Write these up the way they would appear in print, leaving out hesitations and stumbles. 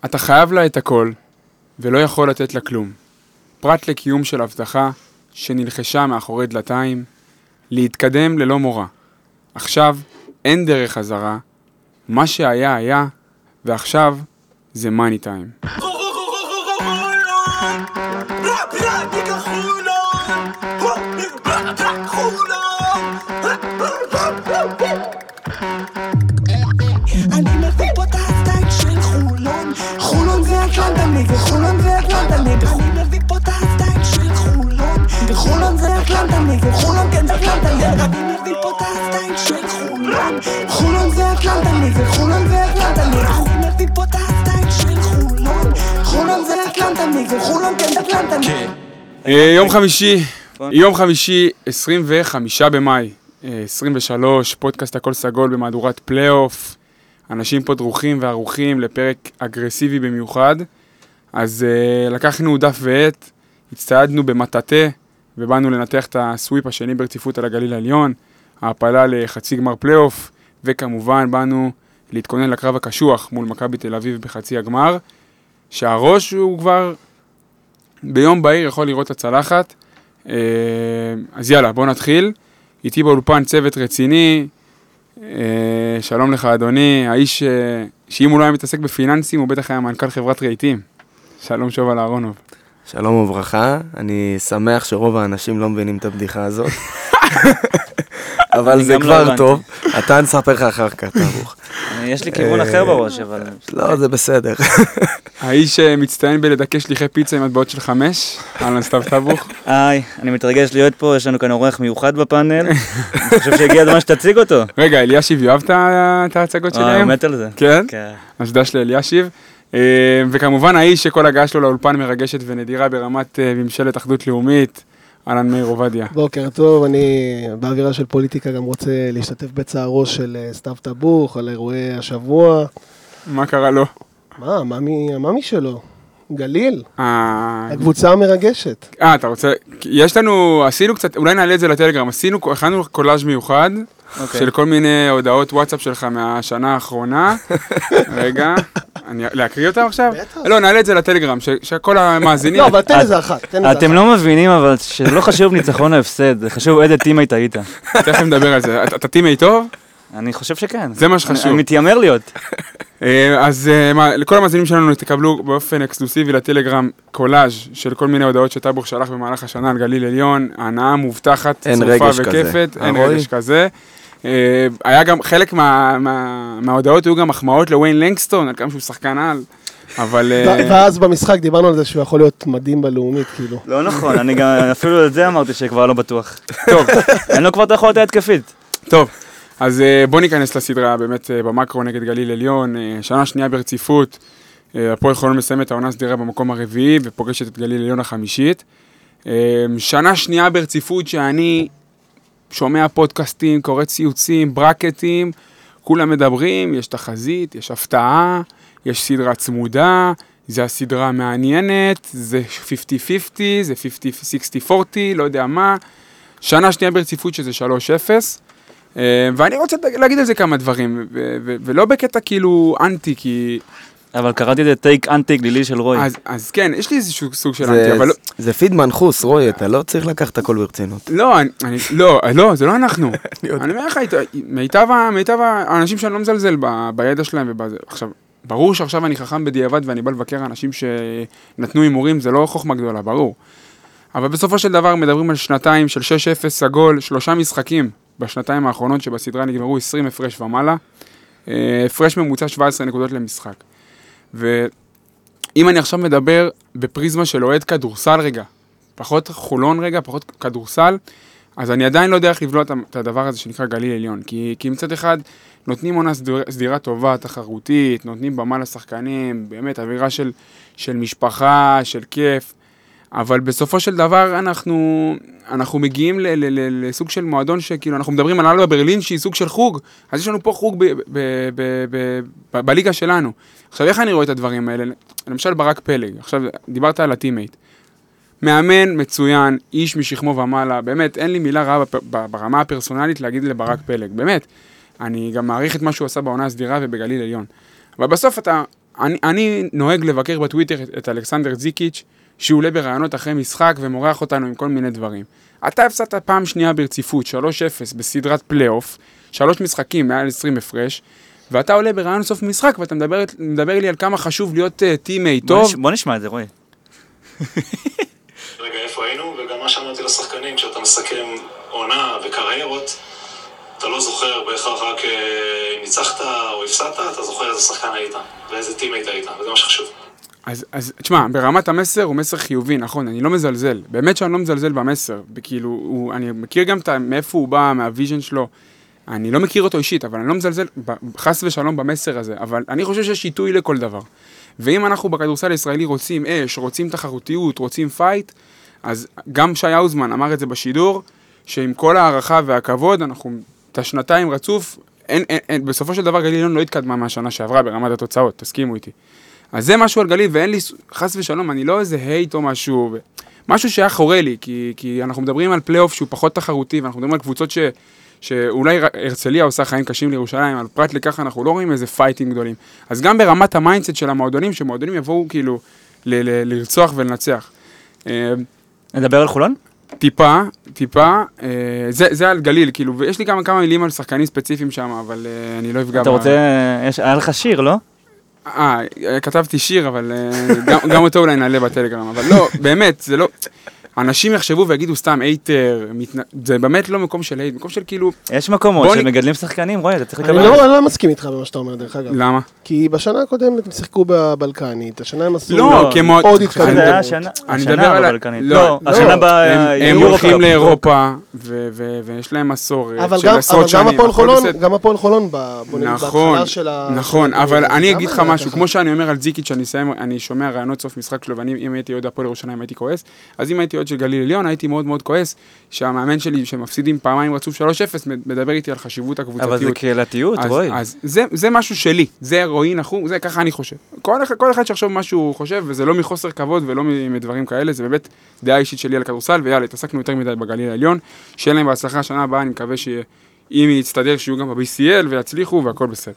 אתה חייב לה את הכל, ולא יכול לתת לה כלום. פרט לקיום של הבטחה שנלחשה מאחורי דלתיים, להתקדם ללא מורא. עכשיו אין דרך חזרה, מה שהיה היה, ועכשיו זה מאני טיים. אני מביא פה את הסטייל של חולון, חולון זה אטלנטה וחולון זה אטלנטה, אני מביא פה את הסטייל של חולון, וחולון זה אטלנטה וחולון כן זה אטלנטה, אני מביא פה את הסטייל של חולון, חולון זה אטלנטה וחולון זה אטלנטה, אני מביא פה את הסטייל של חולון, חולון זה אטלנטה וחולון כן זה אטלנטה. יום חמישי 25 במאי 23, פודקאסט הכל סגול במהדורת פלייאוף. אנשים פה דרוכים וערוכים לפרק אגרסיבי במיוחד. אז לקחנו דף ועט, הצטיידנו במטאטה, ובאנו לנתח את הסוויפ השני ברציפות על הגליל העליון, ההפלה לחצי גמר פלייאוף, וכמובן באנו להתכונן לקרב הקשוח מול מכבי תל אביב בחצי הגמר, שהראש הוא כבר ביום בהיר יכול לראות את הצלחת. אז יאללה, בוא נתחיל. איתי באולפן צוות רציני, שלום לך אדוני, האיש שאם הוא לא היה מתעסק בפיננסים, הוא בטח היה מנכ"ל חברת רהיטים. שלום שובל אהרונוב. שלום וברכה, אני שמח שרוב האנשים לא מבינים את הבדיחה הזאת. אבל זה כבר טוב, אתה נספר לך אחר כך, תערוך. יש לי כיוון אחר בראש, אבל... לא, זה בסדר. האיש מצטיין בלדכא שליחי פיצה עם הטבעות של 5, אהלן סתיו טבוך. היי, אני מתרגש להיות פה, יש לנו כאן אורח מיוחד בפאנל. אני חושב שהגיע הזמן שתציג אותו. רגע, אלישיב יאהב את ההצגות שלהם? הוא מת על זה. כן? אז דש לאלישיב. וכמובן האיש שכל הגעה שלו לאולפן מרגשת ונדירה ברמת ממשלת אחדות לאומית, אהלן מאיר עובדיה. בוקר טוב, אני באווירה של פוליטיקה גם רוצה להשתתף בצערו של סתיו טבוך על אירועי השבוע. מה קרה לו? המאמי שלו, גליל, הקבוצה המרגשת. אתה רוצה, יש לנו, עשינו קצת, אולי נעלה את זה לטלגרם, הכנו קולאז' מיוחד של כל מיני הודעות וואטסאפ שלך מהשנה האחרונה. רגע, להקריא אותם עכשיו? לא, נעלה את זה לטלגרם, שכל המאזינים... לא, אבל תן לזה אחת. אתם לא מבינים, אבל שלא חשוב ניצחון או הפסד, זה חשוב איזה טימייט היית. תכף נדבר על זה. אתה טימייט טוב? אני חושב שכן. זה מה שחשוב. אני מתיימר להיות. אז לכל המאזינים שלנו תקבלו באופן אקסקלוסיבי לטלגרם קולאז' של כל מיני הודעות שטבוך שלח במהלך השנה על גליל עליון, הנאה מובטחת, צרופה וכיפת, אין רגש כזה. היה גם חלק מההודעות היו גם מחמאות לוויין לנגסטון, על כמה שהוא שחקן על, אבל... ואז במשחק דיברנו על זה שהוא יכול להיות מדהים בלאומית, כאילו. לא נכון, אני גם אפילו את זה אמרתי שכבר לא בטוח. טוב, אין לו כבר את היכולת ההתקפית. טוב, אז בוא ניכנס לסדרה באמת במקרו נגד גליל עליון, שנה שנייה ברציפות, הפועל חולון מסיים את העונה הסדירה במקום הרביעי ופוגשת את גליל עליון החמישית. שנה שנייה ברציפות שאני שומע פודקאסטים, קורא ציוצים, ברקטים, כולם מדברים, יש תחזית, יש הפתעה, יש סדרה צמודה, זה הסדרה מעניינת, זה 50-50, זה 50-60-40, לא יודע מה. שנה שנייה ברציפות שזה 3-0, ואני רוצה להגיד על זה כמה דברים, ולא בקטע כאילו אנטי, כי... אבל קראתי את זה טייק אנטי גלילי של רוי. אז כן, יש לי איזשהו סוג של אנטי, אבל... זה פיד מנחוס, רוי, אתה לא צריך לקחת הכל ברצינות. לא, זה לא אנחנו. אני אומר לך, מיטב האנשים שאני לא מזלזל בידע שלהם, עכשיו, ברור שעכשיו אני חכם בדיעבד ואני בא לבקר אנשים שנתנו הימורים, זה לא חוכמה גדולה, ברור. אבל בסופו של דבר מדברים על שנתיים של 6-0 סגול, 3 משחקים בשנתיים האחרונות שבסדרה נגמרו 20 הפרש ומעלה, הפרש ממוצע 17 נקודות למשחק. ואם אני עכשיו מדבר בפריזמה של אוהד כדורסל רגע, פחות חולון רגע, פחות כדורסל, אז אני עדיין לא יודע איך לבלוע את הדבר הזה שנקרא גליל עליון, כי מצד אחד נותנים עונה סדירה טובה, תחרותית, נותנים במה לשחקנים, באמת אווירה של משפחה, של כיף, אבל בסופו של דבר אנחנו מגיעים לסוג של מועדון שכאילו אנחנו מדברים על אלבה ברלין שהיא סוג של חוג, אז יש לנו פה חוג בליגה שלנו. עכשיו איך אני רואה את הדברים האלה? למשל ברק פלג, עכשיו דיברת על הטימייט. מאמן מצוין, איש משכמו ומעלה, באמת אין לי מילה רעה ברמה הפרסונלית להגיד לברק פלג, באמת. אני גם מעריך את מה שהוא עשה בעונה הסדירה ובגליל עליון. אבל בסוף אתה אני נוהג לבקר בטוויטר את אלכסנדר זיקיץ', שהוא עולה ברעיונות אחרי משחק ומורח אותנו עם כל מיני דברים. אתה הפסדת פעם שנייה ברציפות, 3-0 בסדרת פלייאוף, 3 משחקים מעל 20 הפרש, ואתה עולה ברעיון סוף משחק, ואתה מדבר לי על כמה חשוב להיות טימייט טוב. בוא נשמע את זה, רועי. רגע, איפה היינו? וגם מה שאמרתי לשחקנים, כשאתה מסכם עונה וקריירות, אתה לא זוכר בהכרח רק אם ניצחת או הפסדת, אתה זוכר איזה שחקן היית, ואיזה טימייט היית, וזה מה שחשוב. אז תשמע, ברמת המסר הוא מסר חיובי, נכון, אני לא מזלזל, באמת שאני לא מזלזל במסר, כאילו, אני מכיר גם מאיפה הוא בא, מהוויז'ן שלו, אני לא מכיר אותו אישית, אבל אני לא מזלזל חס ושלום במסר הזה, אבל אני חושב שיש עיתוי לכל דבר. ואם אנחנו בכדורסל הישראלי רוצים אש, רוצים תחרותיות, רוצים פייט, אז גם שי האוזמן אמר את זה בשידור, שעם כל הערכה והכבוד, אנחנו את השנתיים רצוף, בסופו של דבר גליל עליון לא התקדמה מהשנה שעברה ברמת התוצאות, תסכימו איתי. אז זה משהו על גליל, ואין לי, חס ושלום, אני לא איזה הייט או משהו, משהו שהיה חורה לי, כי אנחנו מדברים על פלייאוף שהוא פחות תחרותי, ואנחנו מדברים על קבוצות שאולי הרצליה עושה חיים קשים לירושלים, אבל פרט לכך אנחנו לא רואים איזה פייטים גדולים. אז גם ברמת המיינדסט של המועדונים, שמועדונים יבואו כאילו לרצוח ולנצח. נדבר על חולון? טיפה, זה על גליל, כאילו, ויש לי כמה מילים על שחקנים ספציפיים שם, אבל אני לא אפגע. אתה רוצה, היה לך שיר, לא? כתבתי שיר, אבל גם אותו אולי נעלה בטלגרם, אבל לא, באמת, זה לא, אנשים יחשבו ויגידו סתם אייטר, זה באמת לא מקום של אייט, מקום של כאילו... יש מקומות שמגדלים שחקנים, רואי, אתה צריך לקבל... אני לא מסכים איתך במה שאתה אומר, דרך אגב. למה? כי בשנה הקודמת הם שיחקו בבלקנית, השנה הם עשו עוד התקדמות. זה היה השנה בבלקנית. לא, השנה הם הולכים לאירופה, ויש להם מסורת של עשרות שנים. גם הפועל חולון בהתחלה של ה... נכון, אבל אני אגיד לך משהו, כמו שאני אומר על זיקיץ' שאני שומע רעיונות סוף משחק שלו, ואם הייתי עוד הפועל ירושלים הייתי כועס, אז אם הייתי עוד של גליל עליון, הייתי מאוד מאוד כועס, שהמאמן שלי שמפסידים פעמיים רצוף 3-0, מדבר איתי על חשיבות הקבוצתיות. אבל זה קהילתיות, רואי. אז זה משהו שלי, זה רואי נחום, זה ככה אני חושב. כל אחד שיחשוב מה שהוא חושב, וזה לא מחוסר כבוד ולא מדברים כאלה, זה באמת דעה אישית שלי על הכדורסל, ויאללה, התעסקנו יותר מדי בגליל העליון, שאין להם בהצלחה השנה הבאה, אני מקווה שאם יצטדר שיהיו גם ב-BCL ויצליחו והכל בסדר.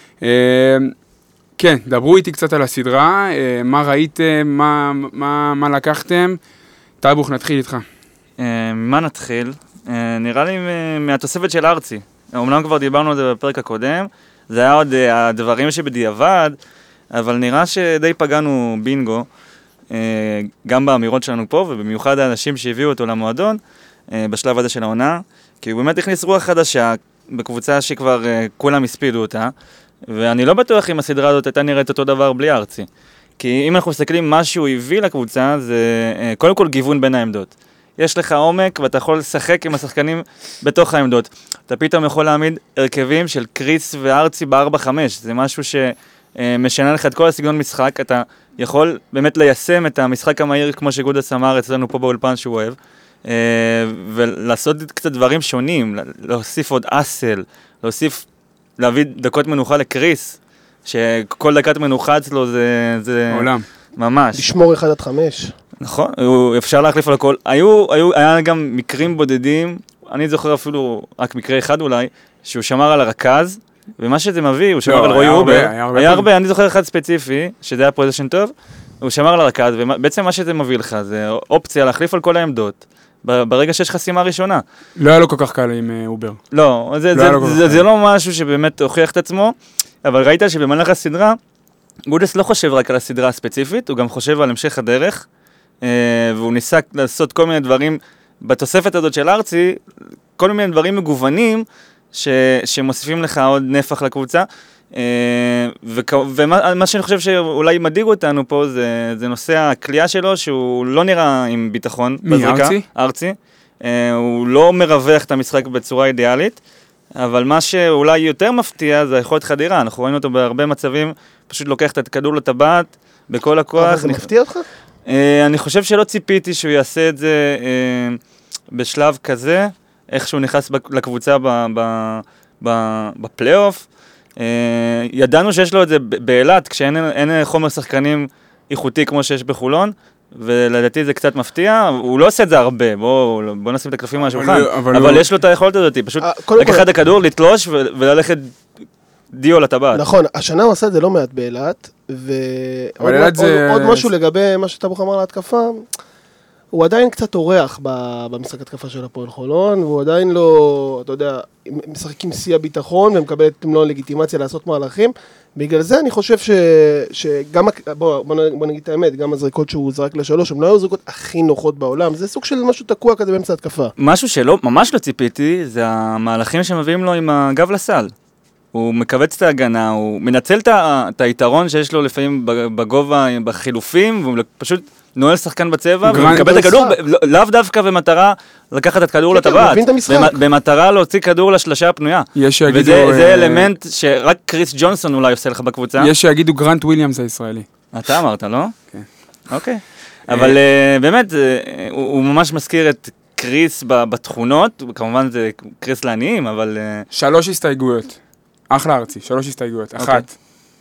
כן, דברו איתי קצת על הסדרה, מה ראיתם, מה לקחתם, טייבוך, נתחיל איתך. מה נתחיל? נראה לי מהתוספת של ארצי. אמנם כבר דיברנו על זה בפרק הקודם, זה היה עוד הדברים שבדיעבד, אבל נראה שדי פגענו בינגו, גם באמירות שלנו פה, ובמיוחד האנשים שהביאו אותו למועדון, בשלב הזה של העונה, כי הוא באמת הכניס רוח חדשה, בקבוצה שכבר כולם הספידו אותה, ואני לא בטוח אם הסדרה הזאת הייתה נראית אותו דבר בלי ארצי. כי אם אנחנו מסתכלים מה שהוא הביא לקבוצה, זה קודם כל גיוון בין העמדות. יש לך עומק ואתה יכול לשחק עם השחקנים בתוך העמדות. אתה פתאום יכול להעמיד הרכבים של קריס וארצי ב-4-5, זה משהו שמשנה לך את כל הסגנון משחק, אתה יכול באמת ליישם את המשחק המהיר כמו שגודס אמר אצלנו פה באולפן שהוא אוהב, ולעשות קצת דברים שונים, להוסיף עוד אסל, להביא דקות מנוחה לקריס, שכל דקת מנוחה אצלו זה עולם. ממש. לשמור 1-5. נכון, אפשר להחליף על הכל. היה גם מקרים בודדים, אני זוכר אפילו רק מקרה אחד אולי, שהוא שמר על הרכז, ומה שזה מביא, הוא שמר על רועי אובר. היה הרבה, אני זוכר אחד ספציפי, שזה היה פוזישן טוב, הוא שמר על הרכז, ובעצם מה שזה מביא לך, זה אופציה להחליף על כל העמדות, ברגע שיש חסימה ראשונה. לא היה לו כל כך קל עם אובר. לא, זה לא משהו שבאמת הוכיח את עצמו, אבל ראית שבמהלך הסדרה, גודס לא חושב רק על הסדרה הספציפית, הוא גם חושב על המשך הדרך, והוא ניסה לעשות כל מיני דברים, בתוספת הזאת של ארצי, כל מיני דברים מגוונים, שמוסיפים לך עוד נפח לקבוצה, ומה שאני חושב שאולי מדאיג אותנו פה, זה נושא הקליעה שלו, שהוא לא נראה עם ביטחון. מי, ארצי? ארצי. הוא לא מרווח את המשחק בצורה אידיאלית, אבל מה שאולי יותר מפתיע זה היכולת חדירה, אנחנו ראינו אותו בהרבה מצבים, פשוט לוקח את הכדור לטבעת, בכל הכוח. אבל זה מפתיע אותך? אני חושב שלא ציפיתי שהוא יעשה את זה בשלב כזה, איך שהוא נכנס לקבוצה בפלייאוף. ידענו שיש לו את זה באילת, כשאין חומר שחקנים איכותי כמו שיש בחולון, ולדעתי זה קצת מפתיע, הוא לא עושה את זה הרבה, בוא נשים את הקלפים על השולחן, אבל יש לו את היכולת הזאת, פשוט לקחת את הכדור, לתלוש וללכת דיו לטבעת. נכון, השנה הוא עשה את זה לא מעט באילת, ועוד משהו לגבי מה שטבוך אמר להתקפה, הוא עדיין קצת אורח במשחק התקפה של הפועל חולון, והוא עדיין לא, אתה יודע, משחק עם שיא הביטחון, ומקבל את מלוא הלגיטימציה לעשות מהלכים. בגלל זה אני חושב שגם, בוא נגיד את האמת, גם הזריקות שהוא זרק לשלוש, הם לא היו הזריקות הכי נוחות בעולם, זה סוג של משהו תקוע כזה באמצע התקפה. משהו שלא, ממש לא ציפיתי, זה המהלכים שמביאים לו עם הגב לסל. הוא מקבץ את ההגנה, הוא מנצל את היתרון שיש לו לפעמים בגובה, בחילופים, והוא פשוט נועל שחקן בצבע, ומקבל את הכדור, לאו דווקא במטרה לקחת את כדור לטבעת, במטרה להוציא כדור לשלשה הפנויה. וזה אלמנט שרק קריס ג'ונסון אולי עושה לך בקבוצה. יש שיגידו גרנט וויליאמס הישראלי. אתה אמרת, לא? כן. אוקיי. אבל באמת, הוא ממש מזכיר את קריס בתכונות, כמובן זה קריס לעניים, אבל... 3 הסתייגויות. אחלה ארצי, 3 הסתייגויות. אחת.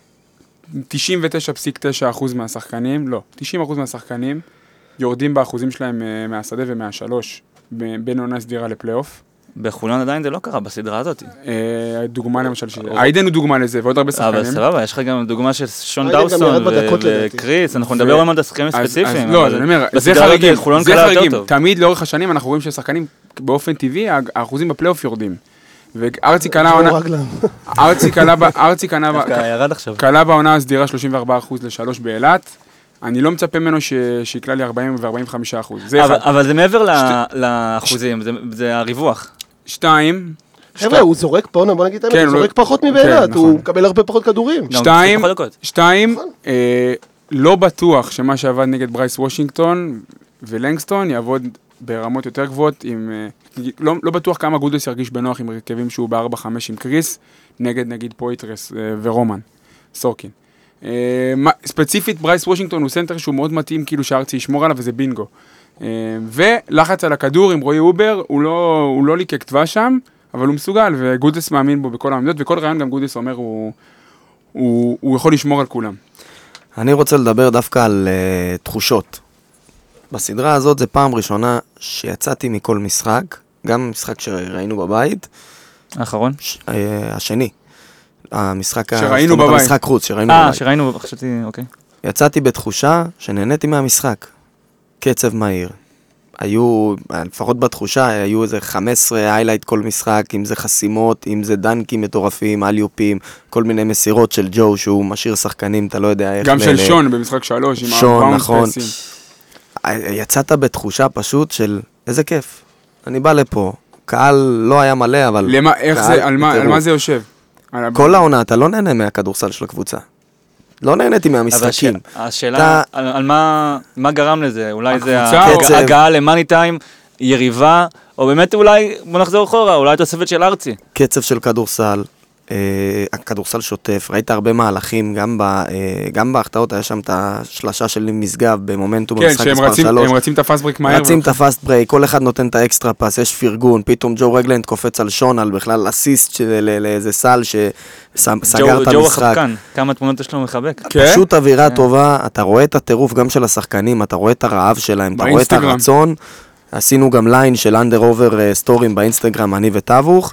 99.9% מהשחקנים, לא, 90% מהשחקנים יורדים באחוזים שלהם מהשדה ומהשלוש בין עונה סדירה לפלייאוף. בחולון עדיין זה לא קרה בסדרה הזאת. דוגמה למשל, עיידן הוא דוגמה לזה ועוד הרבה שחקנים. אבל סבבה, יש לך גם דוגמה של שון דאוסון וקריס, אנחנו נדבר עוד על השחקנים ספציפיים. לא, אז אני אומר, זה חריגים, תמיד לאורך השנים אנחנו רואים שהשחקנים באופן טבעי, האחוזים בפלייאוף יורדים. וארצי קלה בעונה הסדירה 34% ל3 באילת. אני לא מצפה ממנו שיקלה לי 40 ו-45%. אבל זה מעבר לאחוזים, זה הריווח. 2. חבר'ה, הוא זורק פה, בוא נגיד את האמת, הוא זורק פחות מבאילת, הוא מקבל הרבה פחות כדורים. 2. לא בטוח שמה שעבד נגד ברייס וושינגטון ולנגסטון יעבוד ברמות יותר גבוהות, לא בטוח כמה גודס ירגיש בנוח עם רכבים שהוא ב-4-5 עם קריס, נגיד פויטרס ורומן, סורקין. ספציפית ברייס וושינגטון הוא סנטר שהוא מאוד מתאים, כאילו שארצי ישמור עליו וזה בינגו. ולחץ על הכדור עם רועי אובר, הוא לא ליקק תווה שם, אבל הוא מסוגל, וגודס מאמין בו בכל העמדות, וכל רעיון גם גודס אומר, הוא יכול לשמור על כולם. אני רוצה לדבר דווקא על תחושות. בסדרה הזאת זה פעם ראשונה שיצאתי מכל משחק, גם משחק שראינו בבית. האחרון? השני. המשחק... שראינו בבית. המשחק חוץ, שראינו בבית. שראינו, חשבתי, אוקיי. יצאתי בתחושה שנהניתי מהמשחק. קצב מהיר. היו, לפחות בתחושה, היו איזה 15 היילייט כל משחק, אם זה חסימות, אם זה דנקים מטורפים, אליופים, כל מיני מסירות של ג'ו שהוא משאיר שחקנים, אתה לא יודע איך... גם של שון במשחק 3, עם שון, נכון. יצאת בתחושה פשוט של איזה כיף. אני בא לפה, קהל לא היה מלא, אבל... איך זה, על מה זה יושב? כל העונה, אתה לא נהנה מהכדורסל של הקבוצה. לא נהניתי מהמשחקים. השאלה, על מה גרם לזה? אולי זה הגעה למאני טיים, יריבה, או באמת אולי, בוא נחזור אחורה, אולי תוספת של ארצי. קצב של כדורסל, הכדורסל שוטף, ראית הרבה מהלכים, גם בהחטאות היה שם את השלשה של משגב במומנטום במשחק מספר 3. כן, הם רצים את הפאסט ברייק מהר. רצים את הפאסט ברייק, כל אחד נותן את האקסטרה פאס, יש פרגון, פתאום ג'ו רגלנד קופץ על שון, על בכלל אסיסט לאיזה סל שסגר את המשחק. ג'ו החפקן, כמה תמונות יש לו מחבק. פשוט אווירה טובה, אתה רואה את הטירוף גם של השחקנים, אתה רואה את הרעב שלהם, אתה רואה את הרצון. עשינו גם ליין של אנדר אובר סטורים באינסטגרם, אני וטבוך,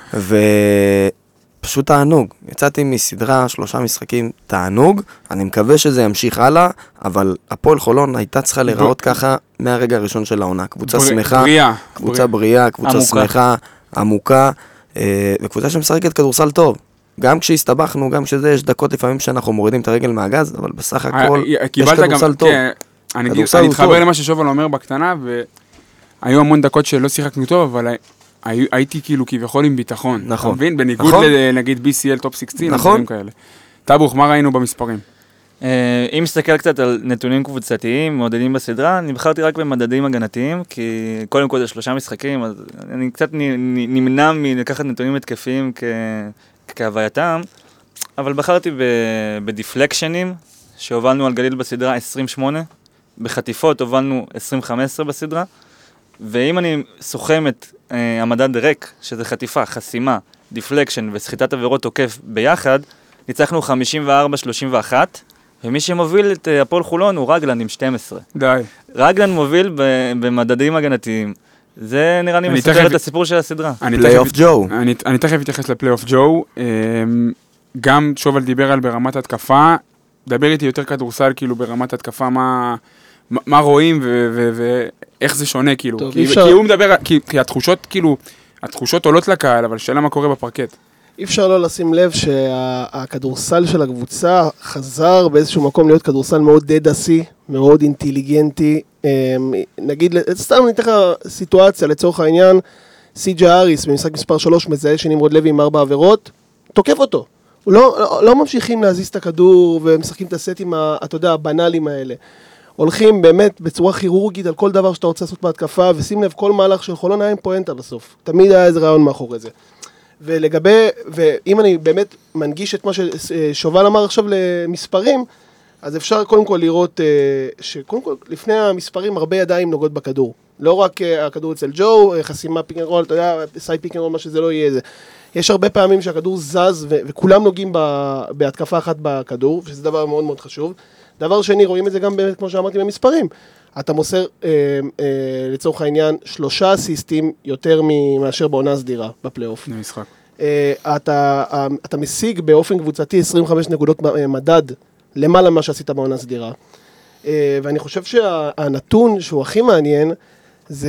פשוט תענוג. יצאתי מסדרה 3 משחקים, תענוג. אני מקווה שזה ימשיך הלאה, אבל הפועל חולון הייתה צריכה להיראות ככה מהרגע הראשון של העונה. קבוצה שמחה, קבוצה בריאה, קבוצה שמחה, עמוקה, וקבוצה שמשחקת כדורסל טוב. גם כשהסתבכנו, גם כשזה, יש דקות לפעמים שאנחנו מורידים את הרגל מהגז, אבל בסך הכל יש כדורסל טוב. אני אתחבר למה ששובל אומר בקטנה, והיו המון דקות שלא שיחקנו טוב, אבל הייתי כאילו כביכול עם ביטחון. נכון. אתה מבין? בניגוד לנגיד BCL טופ 16, נכון. כאלה. טבוך, מה ראינו במספרים? אם מסתכל קצת על נתונים קבוצתיים, מעודדים בסדרה, אני בחרתי רק במדדים הגנתיים, כי קודם כל זה 3 משחקים, אז אני קצת נמנע מלקחת נתונים התקפיים כהווייתם, אבל בחרתי בדיפלקשנים, שהובלנו על גליל בסדרה 28, בחטיפות הובלנו 25 בסדרה, ואם אני סוכם את המדד ריק, שזה חטיפה, חסימה, דיפלקשן וסחיטת עבירות תוקף ביחד, ניצחנו 54-31, ומי שמוביל את הפועל חולון הוא רגלן עם 12. די. רגלן מוביל במדדים הגנתיים. זה נראה לי מספר את הסיפור של הסדרה. פלייאוף ג'ו. אני תכף אתייחס לפלייאוף ג'ו. גם שובל דיבר על ברמת התקפה, דבר איתי יותר כדורסל, כאילו ברמת התקפה, מה רואים ואיך זה שונה, כאילו. כי הוא מדבר, כי התחושות, כאילו, התחושות עולות לקהל, אבל שאלה מה קורה בפרקט. אי אפשר לא לשים לב שהכדורסל של הקבוצה חזר באיזשהו מקום להיות כדורסל מאוד דדסי, מאוד אינטליגנטי. נגיד, סתם ניתן לך סיטואציה, לצורך העניין, סי.ג'יי האריס במשחק מספר 3 מזהה שנמרוד לוי עם 4 עבירות, תוקף אותו. לא ממשיכים להזיז את הכדור ומשחקים את הסטים, אתה יודע, הבנאליים האלה. הולכים באמת בצורה כירורגית על כל דבר שאתה רוצה לעשות בהתקפה, ושים לב, כל מהלך של חולון היה עם פואנטה בסוף. תמיד היה איזה רעיון מאחורי זה. ואם אני באמת מנגיש את מה ששובל אמר עכשיו למספרים, אז אפשר קודם כל לראות שקודם כל לפני המספרים הרבה ידיים נוגעות בכדור. לא רק הכדור אצל ג'ו, חסימה פיקנרול, אתה יודע, סייד פיקנרול, מה שזה לא יהיה זה. יש הרבה פעמים שהכדור זז וכולם נוגעים בהתקפה אחת בכדור, שזה דבר מאוד מאוד חשוב. דבר שני, רואים את זה גם באמת, כמו שאמרתי, במספרים. אתה מוסר לצורך העניין 3 אסיסטים יותר מאשר בעונה הסדירה בפלייאוף. במשחק. אתה משיג באופן קבוצתי 25 נקודות מדד למעלה מה שעשית בעונה הסדירה. ואני חושב שהנתון שהוא הכי מעניין זה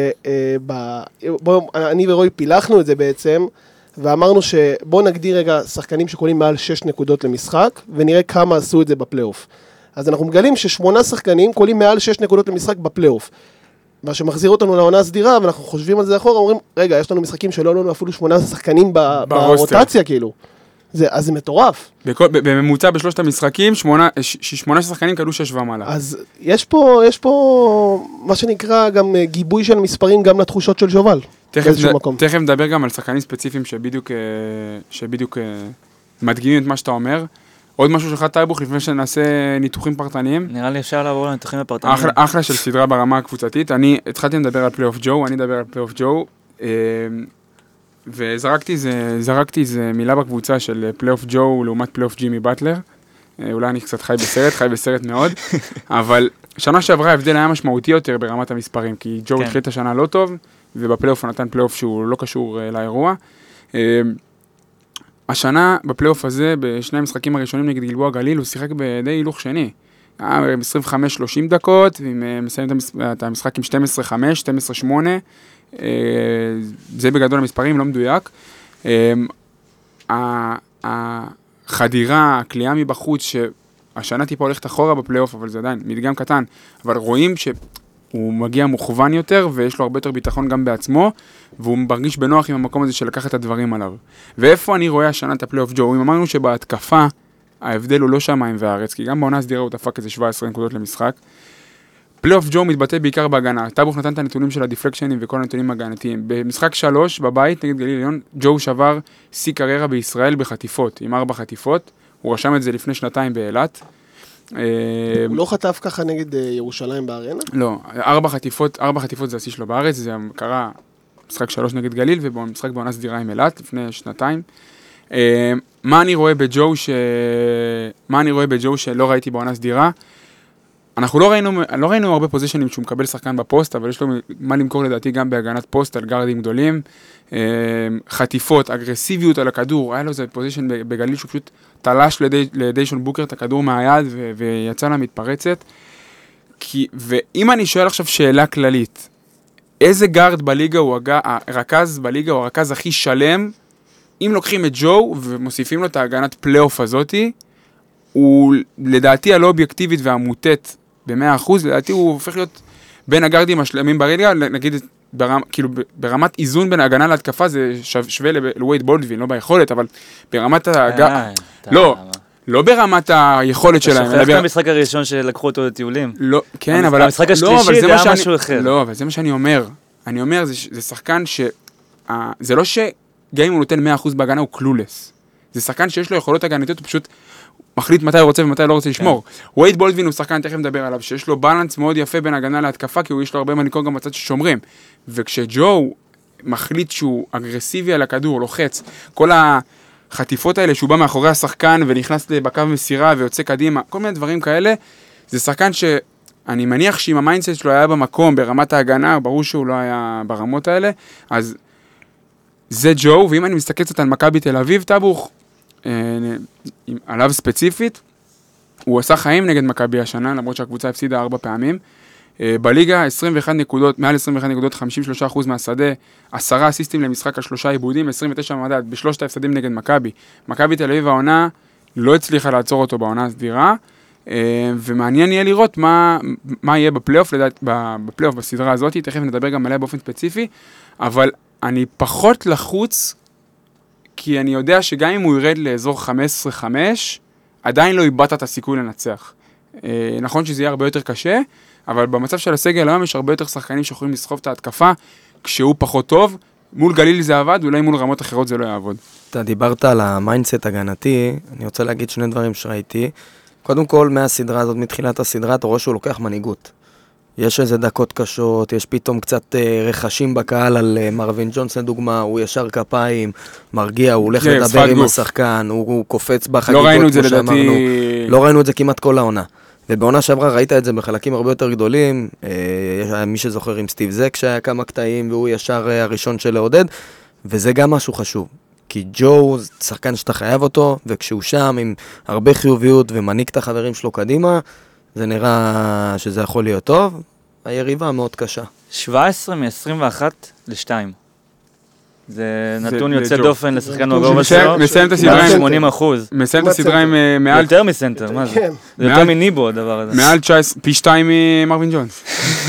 אני ורוי פילחנו את זה בעצם, ואמרנו שבוא נגדיר רגע שחקנים שקולים מעל 6 נקודות למשחק, ונראה כמה עשו את זה בפלייאוף. אז אנחנו מגלים ש8 שחקנים קולים מעל 6 נקודות למשחק בפלייאוף. מה שמחזיר אותנו לעונה הסדירה, ואנחנו חושבים על זה אחורה, אומרים, רגע, יש לנו משחקים שלא לנו אפילו 8 שחקנים ברוטציה, כאילו. אז זה מטורף. בממוצע בשלושת המשחקים, 8 שחקנים קלו 6 ומעלה. אז יש פה מה שנקרא גם גיבוי של מספרים גם לתחושות של שובל. תכף נדבר גם על שחקנים ספציפיים שבדיוק מדגימים את מה שאתה אומר. עוד משהו שלך טייבוך לפני שנעשה ניתוחים פרטניים. נראה לי אפשר לעבור לניתוחים הפרטניים. אחלה של סדרה ברמה הקבוצתית. אני התחלתי לדבר על פלייאוף ג'ו, אני אדבר על פלייאוף ג'ו, וזרקתי איזה מילה בקבוצה של פלייאוף ג'ו לעומת פלייאוף ג'ימי באטלר. אולי אני קצת חי בסרט מאוד, אבל שנה שעברה ההבדל היה משמעותי יותר ברמת המספרים, כי ג'ו התחיל את השנה לא טוב, ובפלייאוף הוא נתן פלייאוף שהוא לא קשור לאירוע. השנה בפלייאוף הזה, בשני המשחקים הראשונים נגד גלבוע גליל, הוא שיחק בדי הילוך שני. 25-30 דקות, ומסיים את המשחק עם 12-5, 12-8. זה בגדול המספרים, לא מדויק. החדירה, הקליעה מבחוץ, שהשנה טיפה הולכת אחורה בפלייאוף, אבל זה עדיין מדגם קטן, אבל רואים שהוא מגיע מוכוון יותר, ויש לו הרבה יותר ביטחון גם בעצמו, והוא מרגיש בנוח עם המקום הזה של לקחת את הדברים עליו. ואיפה אני רואה השנה את הפלייאוף ג'ו? אם אמרנו שבהתקפה, ההבדל הוא לא שמיים וארץ, כי גם בעונה הסדירה הוא דפק איזה 17 נקודות למשחק. פלייאוף ג'ו מתבטא בעיקר בהגנה. טאבוך נתן את הנתונים של הדיפלקשנים וכל הנתונים הגנתיים. במשחק 3 בבית נגד גליל עליון, ג'ו שבר שיא קריירה בישראל בחטיפות, עם 4 חטיפות. הוא רשם את זה לפני 2 באילת. הוא לא חטף ככה נגד ירושלים בארנה? לא, 4 חטיפות זה השיא שלו בארץ, זה קרה משחק 3 נגד גליל, ובמשחק בעונה סדירה עם אילת לפני 2. מה אני רואה בג'ו שלא ראיתי בעונה סדירה? אנחנו לא ראינו הרבה פוזישנים שהוא מקבל שחקן בפוסט, אבל יש לו מה למכור לדעתי גם בהגנת פוסט על גארדים גדולים, חטיפות, אגרסיביות על הכדור, היה לו איזה פוזישן בגליל שהוא פשוט תלש לדיישון בוקר את הכדור מהיד ויצא לה מתפרצת. ואם אני שואל עכשיו שאלה כללית, איזה גארד בליגה הוא הרכז בליגה, הוא הרכז הכי שלם, אם לוקחים את ג'ו ומוסיפים לו את ההגנת פלייאוף הזאתי, הוא לדעתי הלא אובייקטיבית והמוטט ב100%, לדעתי הוא הופך להיות בין הגארדים השלמים בליגה, נגיד כאילו ברמת איזון בין ההגנה להתקפה זה שווה לווייד בולדווין, לא ביכולת, אבל ברמת לא ברמת היכולת שלהם. אתה שוכח את המשחק הראשון שלקחו אותו לטיולים. לא, כן, אבל המשחק השלישי זה היה משהו אחר. לא, אבל זה מה שאני אומר. אני אומר, זה שחקן זה לא שגם אם הוא נותן 100% בהגנה הוא קלולס. זה שחקן שיש לו יכולות הגנתיות, הוא פשוט מחליט מתי הוא רוצה ומתי לא רוצה לשמור. ווייד בולדווין הוא שחקן, תכף נדבר עליו, שיש לו בלנס מאוד יפה בין הגנה להתקפה, כי הוא יש לו הרבה מניקות גם בצד ששומרים. וכשג'ו מחליט שהוא אגרסיבי על הכדור, לוחץ, כל החטיפות האלה שהוא בא מאחורי השחקן ונכנס בקו מסירה ויוצא קדימה, כל מיני דברים כאלה, זה שחקן שאני מניח שאם המיינדסט שלו היה במקום, ברמת ההגנה, ברור שהוא לא היה ברמות האלה, אז זה ג'ו, ואם אני מסתכל קצת על מכבי תל אביב, טאבוך, עליו ספציפית, הוא עשה חיים נגד מכבי השנה, למרות שהקבוצה הפסידה 4 פעמים. בליגה 21 נקודות, מעל 21 נקודות, 53% מהשדה, 10 אסיסטים למשחק על 3 עיבודים, 29 מדד, בשלושת ההפסדים נגד מכבי. מכבי תל אביב העונה לא הצליחה לעצור אותו בעונה הסדירה, ומעניין יהיה לראות מה יהיה בפלייאוף, בפלייאוף בסדרה הזאת, תכף נדבר גם עליה באופן ספציפי, אבל אני פחות לחוץ, כי אני יודע שגם אם הוא ירד לאזור 15-5, עדיין לא איבדת את הסיכוי לנצח. נכון שזה יהיה הרבה יותר קשה, אבל במצב של הסגל היום יש הרבה יותר שחקנים שיכולים לסחוב את ההתקפה, כשהוא פחות טוב, מול גליל זה עבד, אולי מול רמות אחרות זה לא יעבוד. אתה דיברת על המיינדסט הגנתי, אני רוצה להגיד שני דברים שראיתי. קודם כל, מהסדרה הזאת, מתחילת הסדרה, אתה רואה שהוא לוקח מנהיגות. יש איזה דקות קשות, יש פתאום קצת רכשים בקהל על מרווין ג'ונס לדוגמה, הוא ישר כפיים, מרגיע, הוא הולך לדבר עם השחקן, הוא קופץ בחגיגות, לא ראינו את זה לדעתי. לא ראינו את זה כמעט כל העונה. ובעונה שעברה ראית את זה בחלקים הרבה יותר גדולים, מי שזוכר עם סטיב זק שהיה כמה קטעים והוא ישר הראשון של לעודד, וזה גם משהו חשוב, כי ג'ו זה שחקן שאתה חייב אותו, וכשהוא שם עם הרבה חיוביות ומניק את החברים שלו קדימה, זה נראה שזה יכול להיות טוב, היריבה מאוד קשה. 17 מ-21 ל-2. זה נתון יוצא דופן לשחקן בגובה שלו. מסיים את הסדרה עם 80%. מסיים את הסדרה עם מעל... יותר מסנטר, מה זה? זה יותר מניבו הדבר הזה. מעל 19, פי 2 ממרווין ג'ונס.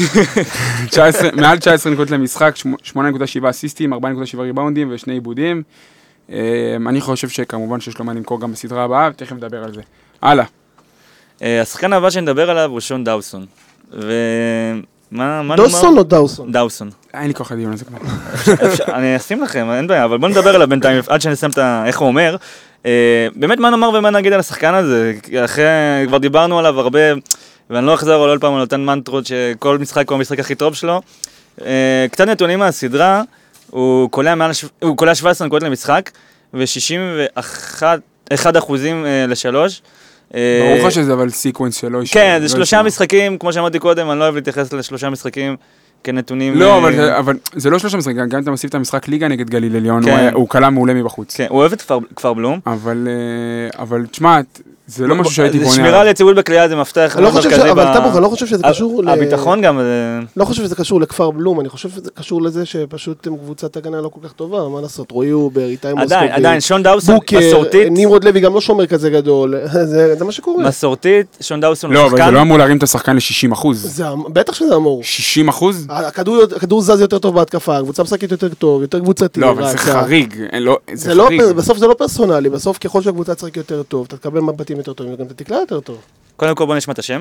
מעל 19 נקודות למשחק, 8.7 אסיסטים, 4.7 ריבאונדים ו2 עיבודים. אני חושב שכמובן שיש לו מה למכור גם בסדרה הבאה, תכף נדבר על זה. הלאה. השחקן הבא שנדבר עליו הוא שון דאוסון. דאוסון או דאוסון? דאוסון. אין לי כוח הדיון הזה כבר. אני אשים לכם, אין בעיה, אבל בוא נדבר עליו בינתיים, עד שנסיים את איך הוא אומר. באמת מה נאמר ומה נגיד על השחקן הזה, אחרי, כבר דיברנו עליו הרבה, ואני לא אחזור עוד פעם על אותן מנטרות שכל משחק הוא המשחק הכי טוב שלו. קצת נתונים מהסדרה, הוא קולע 17 נקודות למשחק, ו61% ל3. ברור לך שזה אבל סיקוונס שלו. כן, זה 3 משחקים, כמו שאמרתי קודם, אני לא אוהב להתייחס ל3 משחקים כנתונים... לא, אבל זה לא 3 משחקים, גם אם אתה מוסיף את המשחק ליגה נגד גליל עליון, הוא קלה מעולה מבחוץ. כן, הוא אוהב את כפר בלום. אבל תשמע, זה לא משהו שהייתי בונה. שמירה על יציבות בקליעה זה מפתח. אבל טבוך, אני לא חושב שזה קשור... הביטחון גם... לא חושב שזה קשור לכפר בלום, אני חושב שזה קשור לזה שפשוט הם קבוצת הגנה לא כל כך טובה, מה לעשות, רועי אובר, איתי מוסקובי, עדיין, שון דאוסון, מסורתית... נמרוד לוי גם לא שומר כזה גדול, זה מה שקורה. מסורתית, שון דאוסון לא, אבל זה לא אמור להרים את השחקן ל-60%. בטח שזה אמור. 60%? הכדור זז יותר טוב בהתקפה, הקבוצה משחקת יותר טוב, יותר קבוצתי. לא, אבל זה חריג. בסוף זה לא פרסונלי, בסוף ככל שהקבוצה תשחק יותר טוב, אתה תקבל מבטים יותר טובים, וגם תקלע יותר טוב. קודם כל בוא נשמע את השם.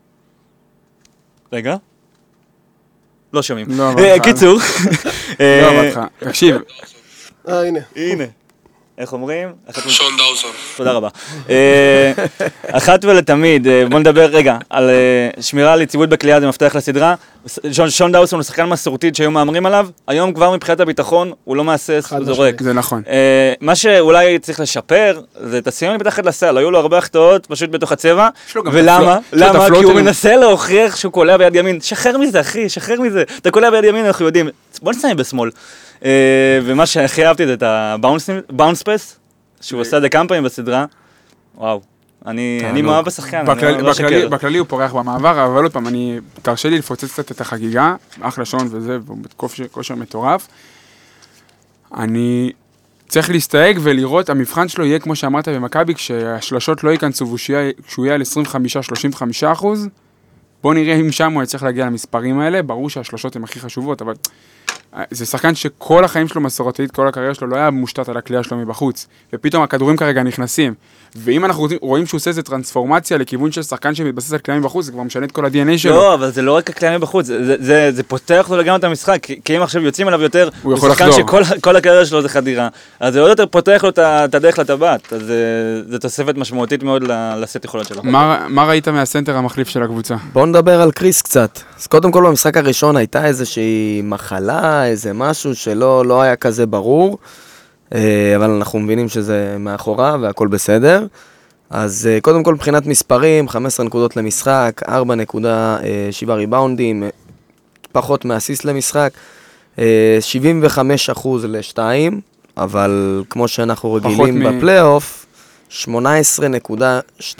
רגע. לא שומעים. קיצור. לא, אבל תקשיב. הנה. איך אומרים? שון דאוסון. תודה רבה. אחת ולתמיד, בוא נדבר רגע על שמירה על יציבות בקליעה, זה מפתח לסדרה. שון דאוסון הוא שחקן מסורתית שהיו מאמרים עליו, היום כבר מבחינת הביטחון הוא לא מהסס, הוא זורק. זה נכון. מה שאולי צריך לשפר, זה את הסיום מתחת לסל, היו לו הרבה החטאות פשוט בתוך הצבע, ולמה? למה? כי הוא מנסה להוכיח שהוא קולע ביד ימין. שחרר מזה אחי, שחרר מזה. אתה קולע ביד ימין, אנחנו יודעים. בוא נסיים בשמאל. ומה שהכי אהבתי זה את הבאונס פס, שהוא עושה את הקמפאים בסדרה. וואו, אני מאוהב בשחקן, אני לא שקר. בכללי הוא פורח במעבר, אבל עוד פעם, תרשה לי לפוצץ קצת את החגיגה, אחלה שון וזה, כושר מטורף. אני צריך להסתייג ולראות, המבחן שלו יהיה כמו שאמרת במכבי, כשהשלשות לא ייכנסו כשהוא יהיה על 25-35%, בוא נראה אם שם הוא יצטרך להגיע למספרים האלה, ברור שהשלשות הן הכי חשובות, אבל זה שחקן שכל החיים שלו מסורתית, כל הקריירה שלו לא היה מושתת על הקליעה שלו מבחוץ, ופתאום הכדורים כרגע נכנסים, ואם אנחנו רואים שהוא עושה איזו טרנספורמציה לכיוון של שחקן שמתבסס על קליעה מבחוץ, זה כבר משנה את כל ה-DNA שלו. לא, אבל זה לא רק הקליעה מבחוץ, זה פותח לו לגמרי את המשחק, כי אם עכשיו יוצאים עליו יותר, הוא שחקן שכל הקריירה שלו זה חדירה, אז זה עוד יותר פותח לו את הדרך לטבעת, אז זה תוספת משמעותית מאוד לסט יכולות שלו. מה ראית מהסנטר המחליף של הקבוצה? בוא נדבר על קריס קצת. אז קודם כל במשחק הראשון הייתה איזושהי מחלה, איזה משהו שלא היה כזה ברור, אבל אנחנו מבינים שזה מאחורה והכל בסדר. אז קודם כל מבחינת מספרים, 15 נקודות למשחק, 4.7 ריבאונדים, פחות מאסיסט למשחק, 75% ל-2, אבל כמו שאנחנו רגילים בפלייאוף, 18.2%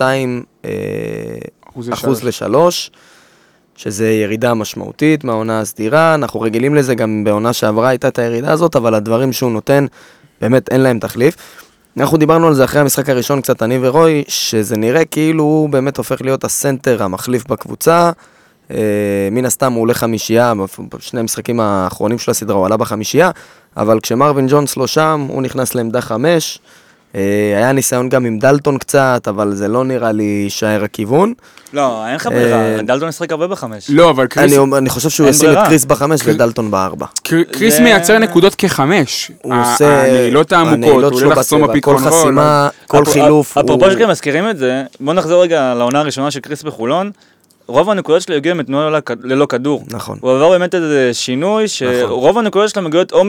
ל-3, שזה ירידה משמעותית מהעונה הסדירה. אנחנו רגילים לזה, גם בעונה שעברה הייתה את הירידה הזאת, אבל הדברים שהוא נותן, באמת אין להם תחליף. אנחנו דיברנו על זה אחרי המשחק הראשון קצת, אני ורוי, שזה נראה כאילו הוא באמת הופך להיות הסנטר המחליף בקבוצה. מן הסתם הוא עולה חמישייה, בשני המשחקים האחרונים של הסדרה הוא עלה בחמישייה, אבל כשמרווין ג'ונס לא שם, הוא נכנס לעמדה 5. היה ניסיון גם עם דלטון קצת, אבל זה לא נראה לי שער הכיוון. לא, אין לך ברירה, דלטון ישחק הרבה ב5. לא, אבל קריס... אני חושב שהוא ישים את קריס ב5 ודלטון ב4. קריס מייצר נקודות כ5. הוא עושה... הנעילות העמוקות, הוא הולך לחסום בפיקון כל חסימה, כל חילוף. אפרופו שכם מזכירים את זה, בוא נחזור רגע לעונה הראשונה של קריס בחולון. רוב הנקודות שלו הגיעו מתנועה ללא כדור. נכון. הוא עבר באמת איזה שינוי, שרוב הנקודות שלו מגיעות או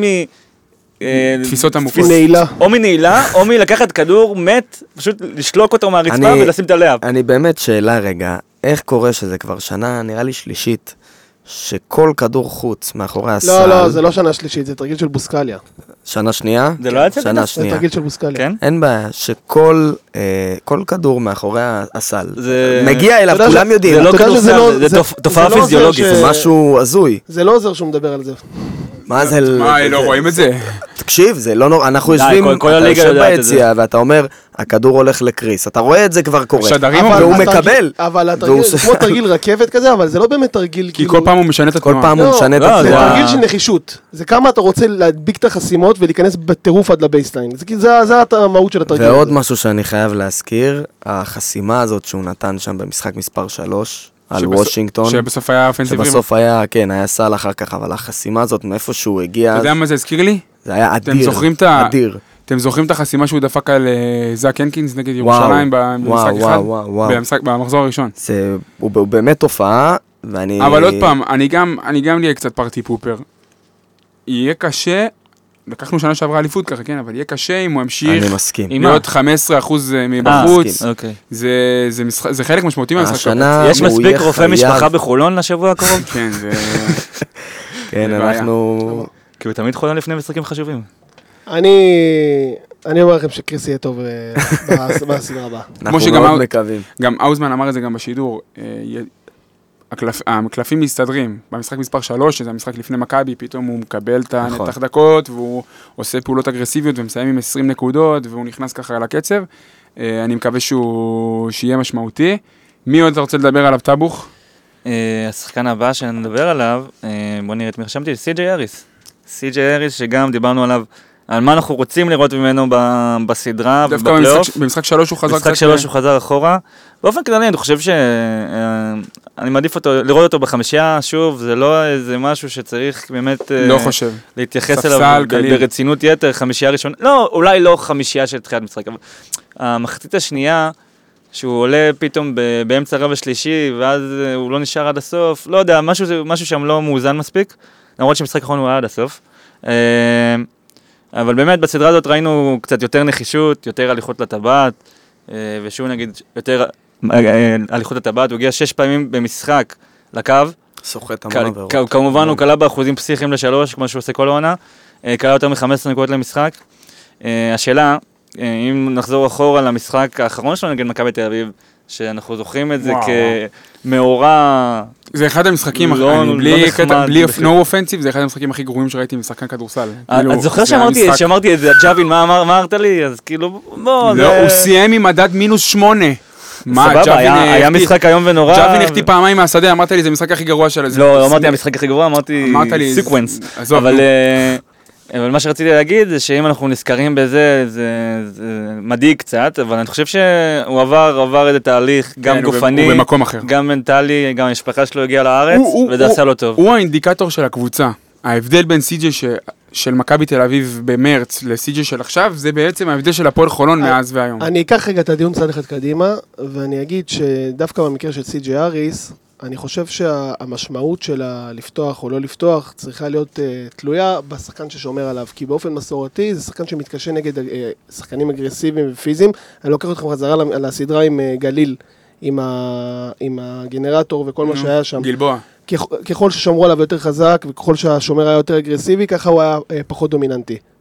תפיסות עמוקות. או מנעילה, או מלקחת כדור מת, פשוט לשלוק אותו מהרצפה ולשים את הלאב. אני באמת שאלה רגע, איך קורה שזה כבר שנה, נראה לי שלישית, שכל כדור חוץ מאחורי הסל... לא, זה לא שנה שלישית, זה תרגיל של בוסקליה. שנה שנייה? זה לא יצא שנה שנייה. זה תרגיל של בוסקליה. כן? אין בעיה, שכל כדור מאחורי הסל מגיע אליו, כולם יודעים. זה לא כדורסל, זה תופעה פיזיולוגית. זה משהו הזוי. זה לא עוזר שהוא מדבר על זה. מה זה... מה, לא רואים את זה? תקשיב, זה לא נורא, אנחנו יושבים, אתה יושב ביציאה, ואתה אומר, הכדור הולך לקריס, אתה רואה את זה כבר קורה, והוא מקבל. אבל התרגיל, כמו תרגיל רכבת כזה, אבל זה לא באמת תרגיל, כי כל פעם הוא משנה את התנועה. כל פעם הוא משנה את התנועה. זה תרגיל של נחישות, זה כמה אתה רוצה להדביק את החסימות ולהיכנס בטירוף עד לבייסליין, זה המהות של התרגיל. ועוד משהו שאני חייב להזכיר, החסימה הזאת שהוא נתן שם במשחק מספר 3, על וושינגטון. שבסוף היה אופנסיב ריבאונד. שבסוף היה, כן, היה סל אחר כך, אבל החסימה הזאת, מאיפה שהוא הגיע... אתה יודע מה זה הזכיר לי? זה היה אדיר. אתם זוכרים את החסימה שהוא דפק על זאק הנקינס נגד ירושלים במשחק אחד? במחזור הראשון. הוא באמת תופעה, ואני... אבל עוד פעם, אני גם נהיה קצת פארטי פופר. יהיה קשה... לקחנו שנה שעברה אליפות ככה, כן, אבל יהיה קשה אם הוא המשיך להיות 15% מבחוץ. זה חלק משמעותי מהמשחק. יש מספיק רופא משפחה בחולון לשבוע הקרוב? כן, זה... כן, אנחנו... כי הוא תמיד חולון לפני משחקים חשובים. אני אומר לכם שקריס יהיה טוב בסדרה הבאה. אנחנו מאוד מקווים. גם אוזמן אמר את זה גם בשידור. הקלפים מסתדרים, במשחק מספר 3, שזה המשחק לפני מכבי, פתאום הוא מקבל את הנתח דקות, והוא עושה פעולות אגרסיביות, ומסיים עם 20 נקודות, והוא נכנס ככה לקצב. אני מקווה שיהיה משמעותי. מי עוד אתה רוצה לדבר עליו, טבוך? השחקן הבא שנדבר עליו, בוא נראה את מי חשבתי, סי.ג'יי אריס. סי.ג'יי אריס, שגם דיברנו עליו, על מה אנחנו רוצים לראות ממנו בסדרה, בפלייאוף. במשחק 3 הוא חזר קצת. במשחק 3 הוא חזר אחורה. באופן כללי, אני חושב אני מעדיף לראות אותו בחמישייה, שוב, זה לא איזה משהו שצריך באמת... לא חושב. להתייחס אליו ברצינות יתר, חמישייה ראשונה. לא, אולי לא חמישייה של תחילת משחק, אבל המחצית השנייה, שהוא עולה פתאום באמצע רבע שלישי, ואז הוא לא נשאר עד הסוף, לא יודע, משהו שם לא מאוזן מספיק, למרות שמשחק האחרון הוא היה עד הסוף. אבל באמת בסדרה הזאת ראינו קצת יותר נחישות, יותר הליכות לטבעת, ושוב נגיד יותר הליכות לטבעת, הוא הגיע 6 פעמים במשחק לקו. סוחט המון עבירות. כמובן הוא קלה באחוזים פסיכיים ל3, כמו שהוא עושה כל העונה, קלה יותר מ-15 נקודות למשחק. השאלה, אם נחזור אחורה למשחק האחרון שלנו נגד מכבי תל אביב, שאנחנו זוכרים את זה כמאורע... זה אחד המשחקים, בלי no offensive, זה אחד המשחקים הכי גרועים שראיתי משחקן כדורסל. את זוכר שאמרתי את זה, ג'אבין, מה אמרת לי? אז כאילו, בוא... לא, הוא סיים עם מדד -8. סבבה, היה משחק היום ונורא. ג'אבין נחתי פעמיים מהשדה, אמרת לי, זה המשחק הכי גרוע של זה. לא, אמרתי המשחק הכי גרוע, אמרתי סיקוונס. אבל מה שרציתי להגיד זה שאם אנחנו נזכרים בזה, זה מדאיג קצת, אבל אני חושב שהוא עבר איזה תהליך, גם גופני, גם מנטלי, גם המשפחה שלו הגיעה לארץ, וזה עשה לו טוב. הוא האינדיקטור של הקבוצה. ההבדל בין סי.ג'יי של מכבי תל אביב במרץ לסי.ג'יי של עכשיו, זה בעצם ההבדל של הפועל חולון מאז והיום. אני אקח רגע את הדיון צעד אחד קדימה, ואני אגיד שדווקא במקרה של סי.ג'יי אריס, אני חושב שהמשמעות של לפתוח או לא לפתוח צריכה להיות תלויה בשחקן ששומר עליו, כי באופן מסורתי זה שחקן שמתקשה נגד שחקנים אגרסיביים ופיזיים. אני לוקח אתכם חזרה לסדרה עם גליל, עם הגנרטור וכל מה שהיה שם. גלבוע. ככל ששמרו עליו יותר חזק וככל שהשומר היה יותר אגרסיבי, ככה הוא היה פחות דומיננטי.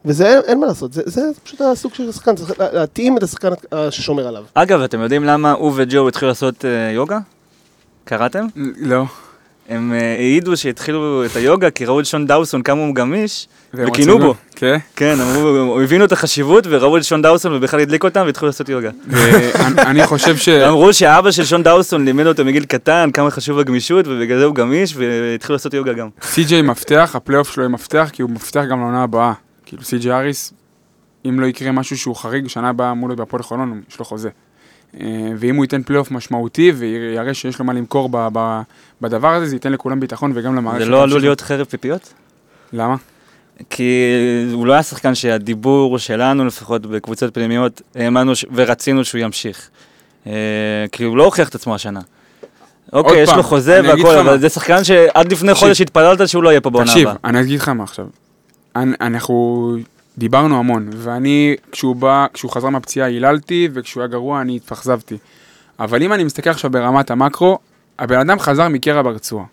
וזה אין מה לעשות, זה פשוט הסוג של השחקן, צריך להתאים את השחקן ששומר עליו. אגב, אתם יודעים למה הוא וג'ו התחילו לעשות יוגה? קראתם? לא. הם העידו שהתחילו את היוגה, כי ראו את שון דאוסון כמה הוא גמיש, וכינו בו. כן, אמרו, הבינו את החשיבות, וראו את שון דאוסון ובכלל הדליק אותם, והתחילו לעשות יוגה. אני חושב אמרו שהאבא של שון דאוסון לימד אותו מגיל קטן, כמה חשוב הגמישות, ובגלל זה הוא גמיש, והתחילו לעשות יוגה גם. סי.ג'יי מפתח, הפלייאוף שלו היא מפתח, כי הוא מפתח גם לעונה הבאה. כאילו סי.ג'יי אריס, אם לא יקרה משהו שהוא חריג, שנה הבאה מול בהפועל חולון, יש לו חוזה. ואם הוא ייתן פלייאוף משמעותי ויראה שיש לו מה למכור בדבר הזה, זה ייתן לכולם ביטחון וגם למערכת. זה לא עלול להיות חרב פיפיות? למה? כי הוא לא היה שחקן שהדיבור שלנו, לפחות בקבוצות פנימיות, האמנו ורצינו שהוא ימשיך. כי הוא לא הוכיח את עצמו השנה. אוקיי, יש לו חוזה והכל, אבל זה שחקן שעד לפני חודש התפללת שהוא לא יהיה פה בעונה הבאה. תקשיב, אני אגיד לך מה עכשיו. אנחנו דיברנו המון, ואני, כשהוא חזר מהפציעה, היללתי, וכשהוא היה גרוע, אני התפחזבתי. אבל אם אני מסתכל עכשיו ברמת המקרו, הבן אדם חזר מקרע ברצועה.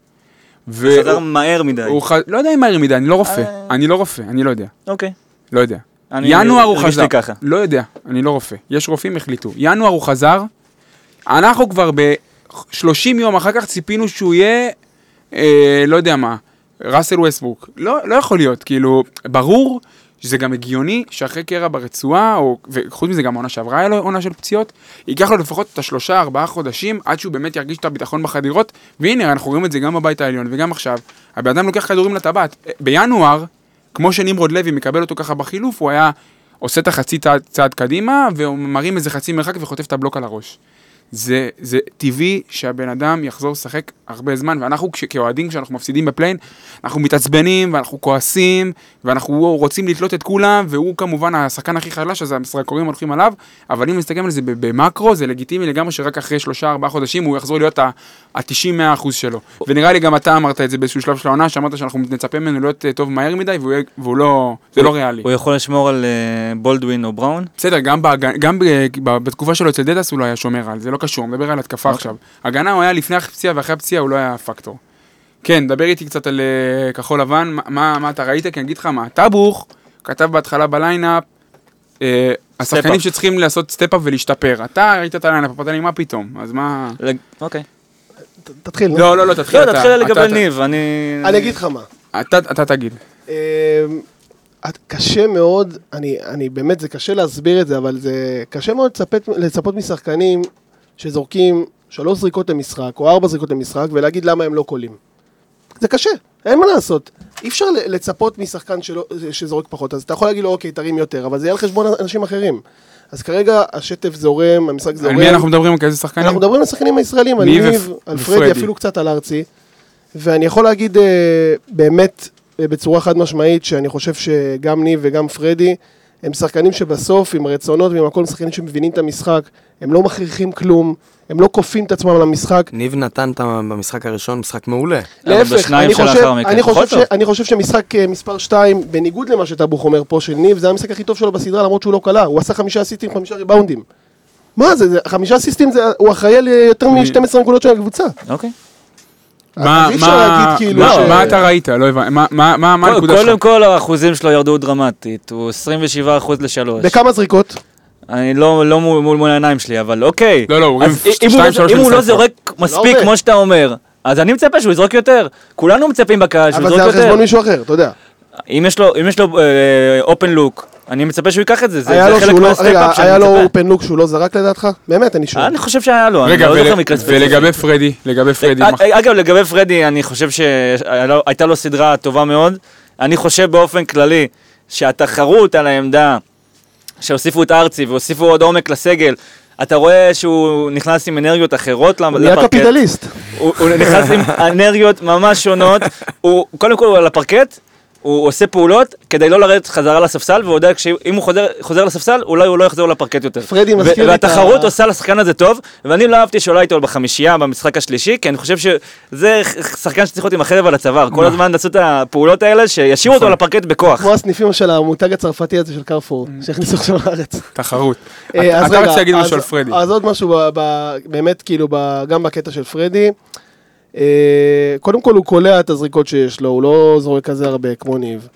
חזר מהר מדי. לא יודע אם מהר מדי, אני לא רופא. אני לא יודע. אוקיי. לא יודע. ינואר הוא חזר. לא יודע, אני לא רופא. יש רופאים החליטו. ינואר הוא חזר, אנחנו כבר ב-30 יום אחר כך ציפינו שהוא יהיה, לא יודע מה, ראסל ווסטברוק. לא יכול להיות, כאילו, ברור שזה גם הגיוני שאחרי קרע ברצועה, וחוץ מזה גם העונה שעברה היה לו עונה של פציעות, ייקח לו לפחות את 3-4 חודשים, עד שהוא באמת ירגיש את הביטחון בחדירות, והנה, אנחנו רואים את זה גם בבית העליון, וגם עכשיו, הבן אדם לוקח כדורים לטבעת. בינואר, כמו שנמרוד לוי מקבל אותו ככה בחילוף, הוא היה עושה את החצי צעד קדימה, ומרים איזה חצי מרחק וחוטף את הבלוק על הראש. זה טבעי שהבן אדם יחזור לשחק הרבה זמן, ואנחנו כאוהדים, כשאנחנו מפסידים בפליין, אנחנו מתעצבנים, ואנחנו כועסים, ואנחנו רוצים לתלות את כולם, והוא כמובן השחקן הכי חלש, אז המשחקים הולכים עליו, אבל אם נסתכל על זה במקרו, זה לגיטימי לגמרי שרק אחרי 3-4 חודשים הוא יחזור להיות ה-90-100% שלו. ונראה לי גם אתה אמרת את זה באיזשהו שלב של העונה, שאמרת שאנחנו נצפה ממנו להיות טוב מהר מדי, והוא לא, זה לא ריאלי. הוא יכול לשמור על בולדווין או בראון? בסדר, גם בתקופה שלו אצל דדאס הוא לא היה שומר על, זה לא קשור, מדבר על התקפה עכשיו. הגנה הוא היה לפני הפציעה ואחרי הפציעה הוא לא היה פקטור. כן, דבר איתי קצת על כחול לבן, מה אתה ראית? כי אני אגיד לך מה, טאבוך כתב בהתחלה בליינאפ, השחקנים שצריכים לעשות סטפ-אפ ולהשתפר. אתה ראית את הליינאפ, פתאי לי מה פתאום, אז מה... אוקיי. תתחיל. לא, תתחיל אתה. תתחיל לגבי ניב, אני אגיד לך מה. אתה תגיד. קשה מאוד, באמת זה קשה להסביר את זה, אבל זה קשה מאוד לצפות משחקנים שזורקים 3 זריקות למשחק, או 4 זריקות למשחק, ולהגיד למה הם לא קולים. זה קשה, אין מה לעשות. אי אפשר לצפות משחקן שזורק פחות, אז אתה יכול להגיד לו, אוקיי, תרים יותר, אבל זה יהיה על חשבון אנשים אחרים. אז כרגע השטף זורם, המשחק זורם. על מי אנחנו מדברים? כאיזה שחקנים? אנחנו מדברים על השחקנים הישראלים, על ניב, על פרדי, אפילו קצת על ארצי. ואני יכול להגיד באמת בצורה חד משמעית, שאני חושב שגם ניב וגם פרדי, הם שחקנים שבסוף, עם רצונות ועם הכל שחקנים שמבינים את המשחק, הם לא מכריחים כלום, הם לא כופים את עצמם למשחק. ניב נתן במשחק הראשון משחק מעולה. להפך, אני חושב שמשחק מספר 2, בניגוד למה שטאבוך אומר פה של ניב, זה המשחק הכי טוב שלו בסדרה, למרות שהוא לא קלה. הוא עשה 5 אסיסטים, 5 ריבאונדים. מה זה? 5 אסיסטים, הוא אחראי על יותר מ-12 נקודות של הקבוצה. אוקיי. מה אתה ראית? לא הבנתי. מה הנקודה שלך? קודם כל האחוזים שלו ירדו דרמטית, הוא 27% ל-3. בכמה זריקות? אני לא מול העיניים שלי, אבל אוקיי. לא, אם הוא לא זורק מספיק כמו שאתה אומר, אז אני מצפה שהוא יזרוק יותר. כולנו מצפים בקהל שהוא יזרוק יותר. אבל זה על חשבון מישהו אחר, אתה יודע. אם יש לו אופן לוק, אני מצפה שהוא ייקח את זה, זה חלק מהסטייפ-אפ שאני מצפה. היה לו אופן לוק שהוא לא זרק לדעתך? באמת, אני שואל. אני חושב שהיה לו, רגע, ולגבי פרדי? אגב, לגבי פרדי, אני חושב שהייתה לו סדרה טובה מאוד. אני חושב באופן כללי שהתחרות על העמדה, שהוסיפו את ארצי והוסיפו עוד עומק לסגל, אתה רואה שהוא נכנס עם אנרגיות אחרות לפרקט. הוא נהיה קפיטליסט. הוא נכנס עם אנרגיות ממש שונות. קודם כל הוא על הפרקט, הוא עושה פעולות כדי לא לרדת חזרה לספסל, והוא יודע שאם הוא חוזר לספסל, אולי הוא לא יחזור לפרקט יותר. והתחרות עושה לשחקן הזה טוב, ואני לא אהבתי שעולה איתו בחמישייה במשחק השלישי, כי אני חושב שזה שחקן שצריך להיות עם החרב על הצוואר. כל הזמן נעשו את הפעולות האלה שישירו אותו לפרקט בכוח. כמו הסניפים של המותג הצרפתי הזה של קרפור, שהכניסו עכשיו לארץ. תחרות. אתה רוצה להגיד משהו על פרדי. אז עוד משהו באמת כאילו גם בקטע של פרדי. קודם כל הוא קולע את הזריקות שיש לו, הוא לא זורק כזה הרבה כמו ניב.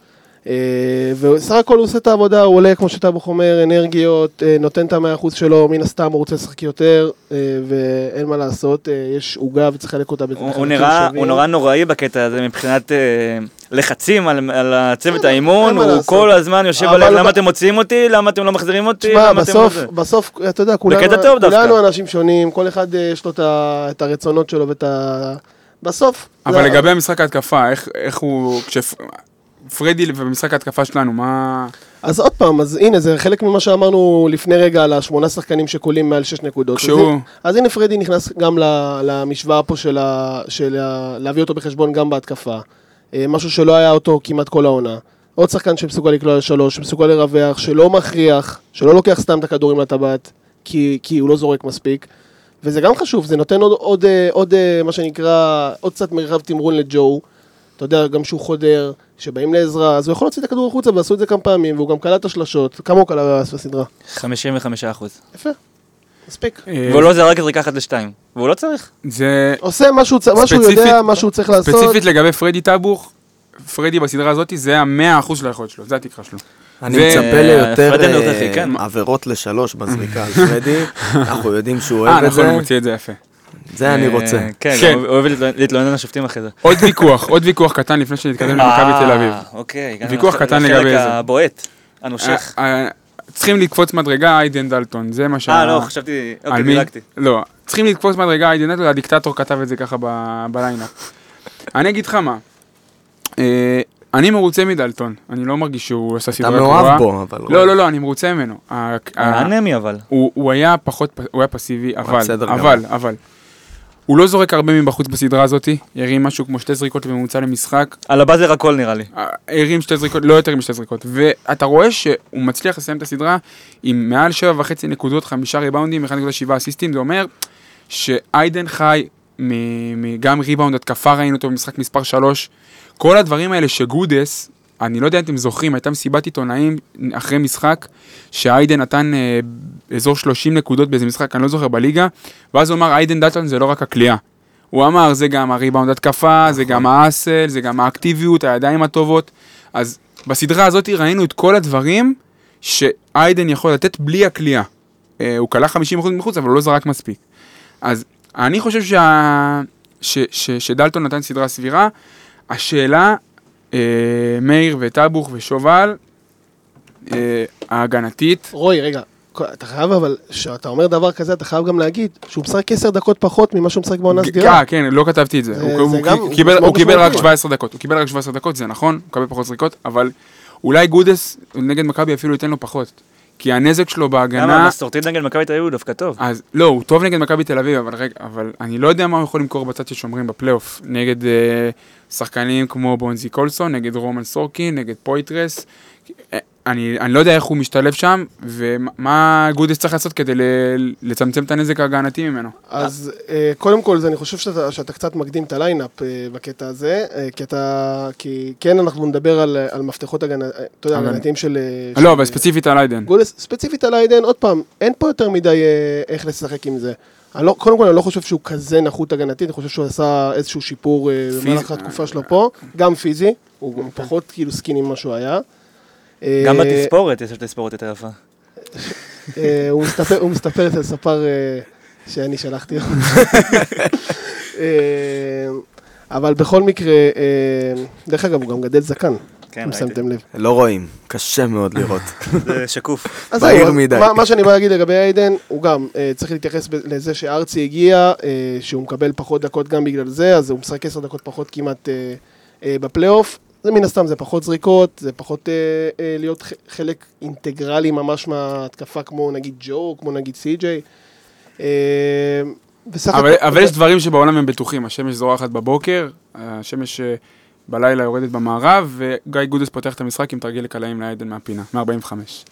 וסך הכל הוא עושה את העבודה, הוא עולה, כמו שטבוך אומר, אנרגיות, נותן את ה100% שלו, מן הסתם הוא רוצה לשחק יותר, ואין מה לעשות, יש עוגה וצריך לחלק אותה. הוא נורא נוראי בקטע הזה מבחינת לחצים על הצוות האימון, הוא כל הזמן יושב עליהם, למה אתם מוציאים אותי, למה אתם לא מחזירים אותי, בסוף, אתה יודע, כולנו אנשים שונים, כל אחד יש לו את הרצונות שלו ואת ה... בסוף... אבל לגבי המשחק ההתקפה, איך הוא... פרדי במשחק ההתקפה שלנו, מה... אז עוד פעם, אז הנה, זה חלק ממה שאמרנו לפני רגע על 8 שחקנים שקולים מעל 6 נקודות. אז הנה פרדי נכנס גם למשוואה פה של להביא אותו בחשבון גם בהתקפה. משהו שלא היה אותו כמעט כל העונה. עוד שחקן שמסוגל לקלוע ל3, שמסוגל לרווח, שלא מכריח, שלא לוקח סתם את הכדורים לטבעת, כי הוא לא זורק מספיק. וזה גם חשוב, זה נותן עוד מה שנקרא, עוד קצת מרחב תמרון לג'ו. אתה יודע, גם שהוא חודר, שבאים לעזרה, אז הוא יכול להוציא את הכדור החוצה, ועשו את זה כמה פעמים, והוא גם קלע את השלשות. כמה הוא קלע בסדרה? 55%. יפה, מספיק. והוא לא זרק זריקה 1-2, והוא לא צריך. זה... עושה משהו יודע, מה שהוא צריך לעשות. ספציפית לגבי פרדי טבוך, פרדי בסדרה הזאת, זה ה100% של היכולת שלו, זה התקרה שלו. אני מצפה ליותר עבירות ל3 בזריקה על פרדי, אנחנו יודעים שהוא אוהב את זה. נכון, הוא מוציא את זה יפה. זה אני רוצה. כן, הוא אוהב להתלונן לשופטים אחרי זה. עוד ויכוח קטן לפני שנתקדם למכבי תל אביב. אוקיי. ויכוח קטן לגבי זה. לחלק הבועט, הנושך. צריכים לקפוץ מדרגה איידן דלטון, זה מה לא, חשבתי, אוקיי, דירקתי. לא, צריכים לקפוץ מדרגה איידן דלטון, הדיקטטור כתב את זה ככה בליינאפ. אני אגיד לך מה, אני מרוצה מדלטון, אני לא מרגיש שהוא עשה סדרה גרועה. אתה מאוהב בו, אבל... לא, אני מרוצה ממנו. אנמי אבל. הוא היה פסיבי, אבל... הוא לא זורק הרבה מבחוץ בסדרה הזאת, ירים משהו כמו 2 זריקות בממוצע למשחק. על הבאזר הכל נראה לי. ירים 2 זריקות, לא יותר מ2 זריקות. ואתה רואה שהוא מצליח לסיים את הסדרה עם מעל 7.5 נקודות, 5 ריבאונדים, 1.7 אסיסטים, זה אומר שאיידן חי גם ריבאונד התקפה, ראינו אותו במשחק מספר 3. כל הדברים האלה שגודס, אני לא יודע אם אתם זוכרים, הייתה מסיבת עיתונאים אחרי משחק, שאיידן נתן אזור 30 נקודות באיזה משחק, אני לא זוכר בליגה, ואז הוא אמר, איידן דלטון זה לא רק הקליעה. הוא אמר, זה גם הריבאונד התקפה, זה גם האסל, זה גם האקטיביות, הידיים הטובות. אז בסדרה הזאת ראינו את כל הדברים שאיידן יכול לתת בלי הקליעה. הוא קלע 50% מחוץ, אבל הוא לא זרק מספיק. אז אני חושב שדלטון נתן סדרה סבירה. השאלה, מאיר וטבוך ושובל, ההגנתית. רוי, רגע, אתה חייב אבל, כשאתה אומר דבר כזה, אתה חייב גם להגיד שהוא משחק 10 דקות פחות ממה שהוא משחק בעונה סדירה. כן, לא כתבתי את זה. הוא קיבל רק 17 דקות. הוא קיבל רק 17 דקות, זה נכון, הוא מקבל פחות זריקות, אבל אולי גודס נגד מכבי אפילו ייתן לו פחות. כי הנזק שלו בהגנה... למה, מסורתית נגד מכבי תל אביב הוא דווקא טוב. אז לא, הוא טוב נגד מכבי תל אביב, אבל אני לא יודע מה הוא יכול למכור בצד ששומרים בפלייאוף. נגד שחקנים כמו בונזי קולסון, נגד רומן סורקין, נגד פויטרס. אני לא יודע איך הוא משתלב שם, ומה גודס צריך לעשות כדי לצמצם את הנזק ההגנתי ממנו. אז קודם כל, אני חושב שאתה קצת מקדים את הליינאפ בקטע הזה, כי כן אנחנו נדבר על מפתחות הגנתיים של... לא, אבל ספציפית על איידן. ספציפית על איידן, עוד פעם, אין פה יותר מדי איך לשחק עם זה. קודם כל, אני לא חושב שהוא כזה נחות הגנתית, אני חושב שהוא עשה איזשהו שיפור במהלך התקופה שלו פה, גם פיזי, הוא פחות כאילו סקיני ממה שהוא היה. גם בתספורת, יש תספורת יותר יפה. הוא מסתפר את הספר שאני שלחתי. אבל בכל מקרה, דרך אגב, הוא גם גדל זקן. אם שמתם לב. לא רואים, קשה מאוד לראות. זה שקוף. בהיר מדי. מה שאני בא להגיד לגבי איידן, הוא גם צריך להתייחס לזה שארצי הגיע, שהוא מקבל פחות דקות גם בגלל זה, אז הוא משחק 10 דקות פחות כמעט בפלייאוף. זה מן הסתם, זה פחות זריקות, זה פחות להיות חלק אינטגרלי ממש מההתקפה כמו נגיד ג'ו, כמו נגיד סי-ג'יי. אבל יש דברים שבעולם הם בטוחים, השמש זורחת בבוקר, השמש בלילה יורדת במערב, וגיא גודס פותח את המשחק עם תרגיל לקלעים לאיידן מהפינה, מ-45.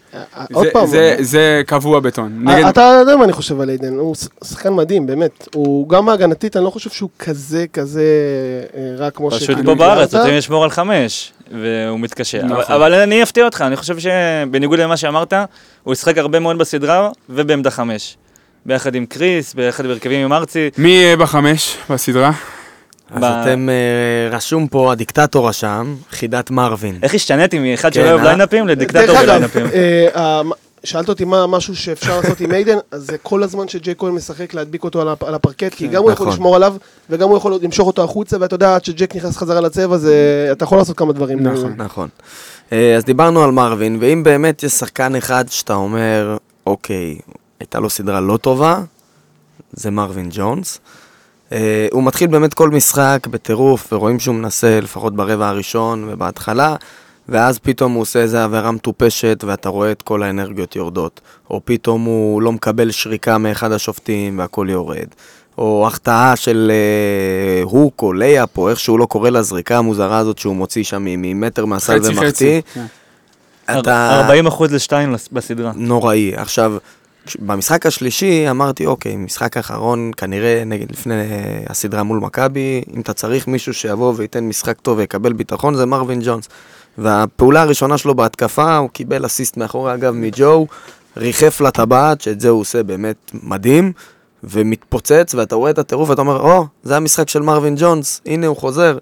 זה קבוע בטון. אתה יודע מה אני חושב על איידן, הוא שחקן מדהים, באמת. הוא גם ההגנתית, אני לא חושב שהוא כזה רק כמו פשוט פה בארץ, רוצים לשמור על 5, והוא מתקשה. אבל אני אפתיע אותך, אני חושב שבניגוד למה שאמרת, הוא ישחק הרבה מאוד בסדרה ובעמדה 5. ביחד עם קריס, ביחד בהרכבים עם ארצי. מי יהיה ב5 בסדרה? אז אתם רשום פה, הדיקטטור רשם, חידת מרווין. איך השתניתי מאחד שלא אוהב ליינאפים לדיקטטור בליינאפים? שאלת אותי מה משהו שאפשר לעשות עם איידן, אז זה כל הזמן שג'יי כהן משחק להדביק אותו על הפרקט, כי גם הוא יכול לשמור עליו, וגם הוא יכול למשוך אותו החוצה, ואתה יודע, עד שג'ק נכנס חזרה לצבע, אתה יכול לעשות כמה דברים. נכון. אז דיברנו על מרווין, ואם באמת יש שחקן אחד שאתה אומר, אוקיי, הייתה לו סדרה לא טובה, זה מרווין ג'ונס. הוא מתחיל באמת כל משחק בטירוף, ורואים שהוא מנסה לפחות ברבע הראשון ובהתחלה, ואז פתאום הוא עושה איזה עבירה מטופשת, ואתה רואה את כל האנרגיות יורדות. או פתאום הוא לא מקבל שריקה מאחד השופטים, והכל יורד. או החטאה של הוק או לייפ, או איך שהוא לא קורא לזריקה המוזרה הזאת, שהוא מוציא שם ממטר מהסל ומחטיא. 40% ל-2 בסדרה. נוראי. עכשיו, במשחק השלישי אמרתי, אוקיי, משחק האחרון, כנראה לפני הסדרה מול מכבי, אם אתה צריך מישהו שיבוא וייתן משחק טוב ויקבל ביטחון, זה מרווין ג'ונס. והפעולה הראשונה שלו בהתקפה, הוא קיבל אסיסט מאחורי אגב מג'ו, ריחף לטבעת, שאת זה הוא עושה באמת מדהים, ומתפוצץ, ואתה רואה את הטירוף, ואתה אומר, זה המשחק של מרווין ג'ונס, הנה הוא חוזר.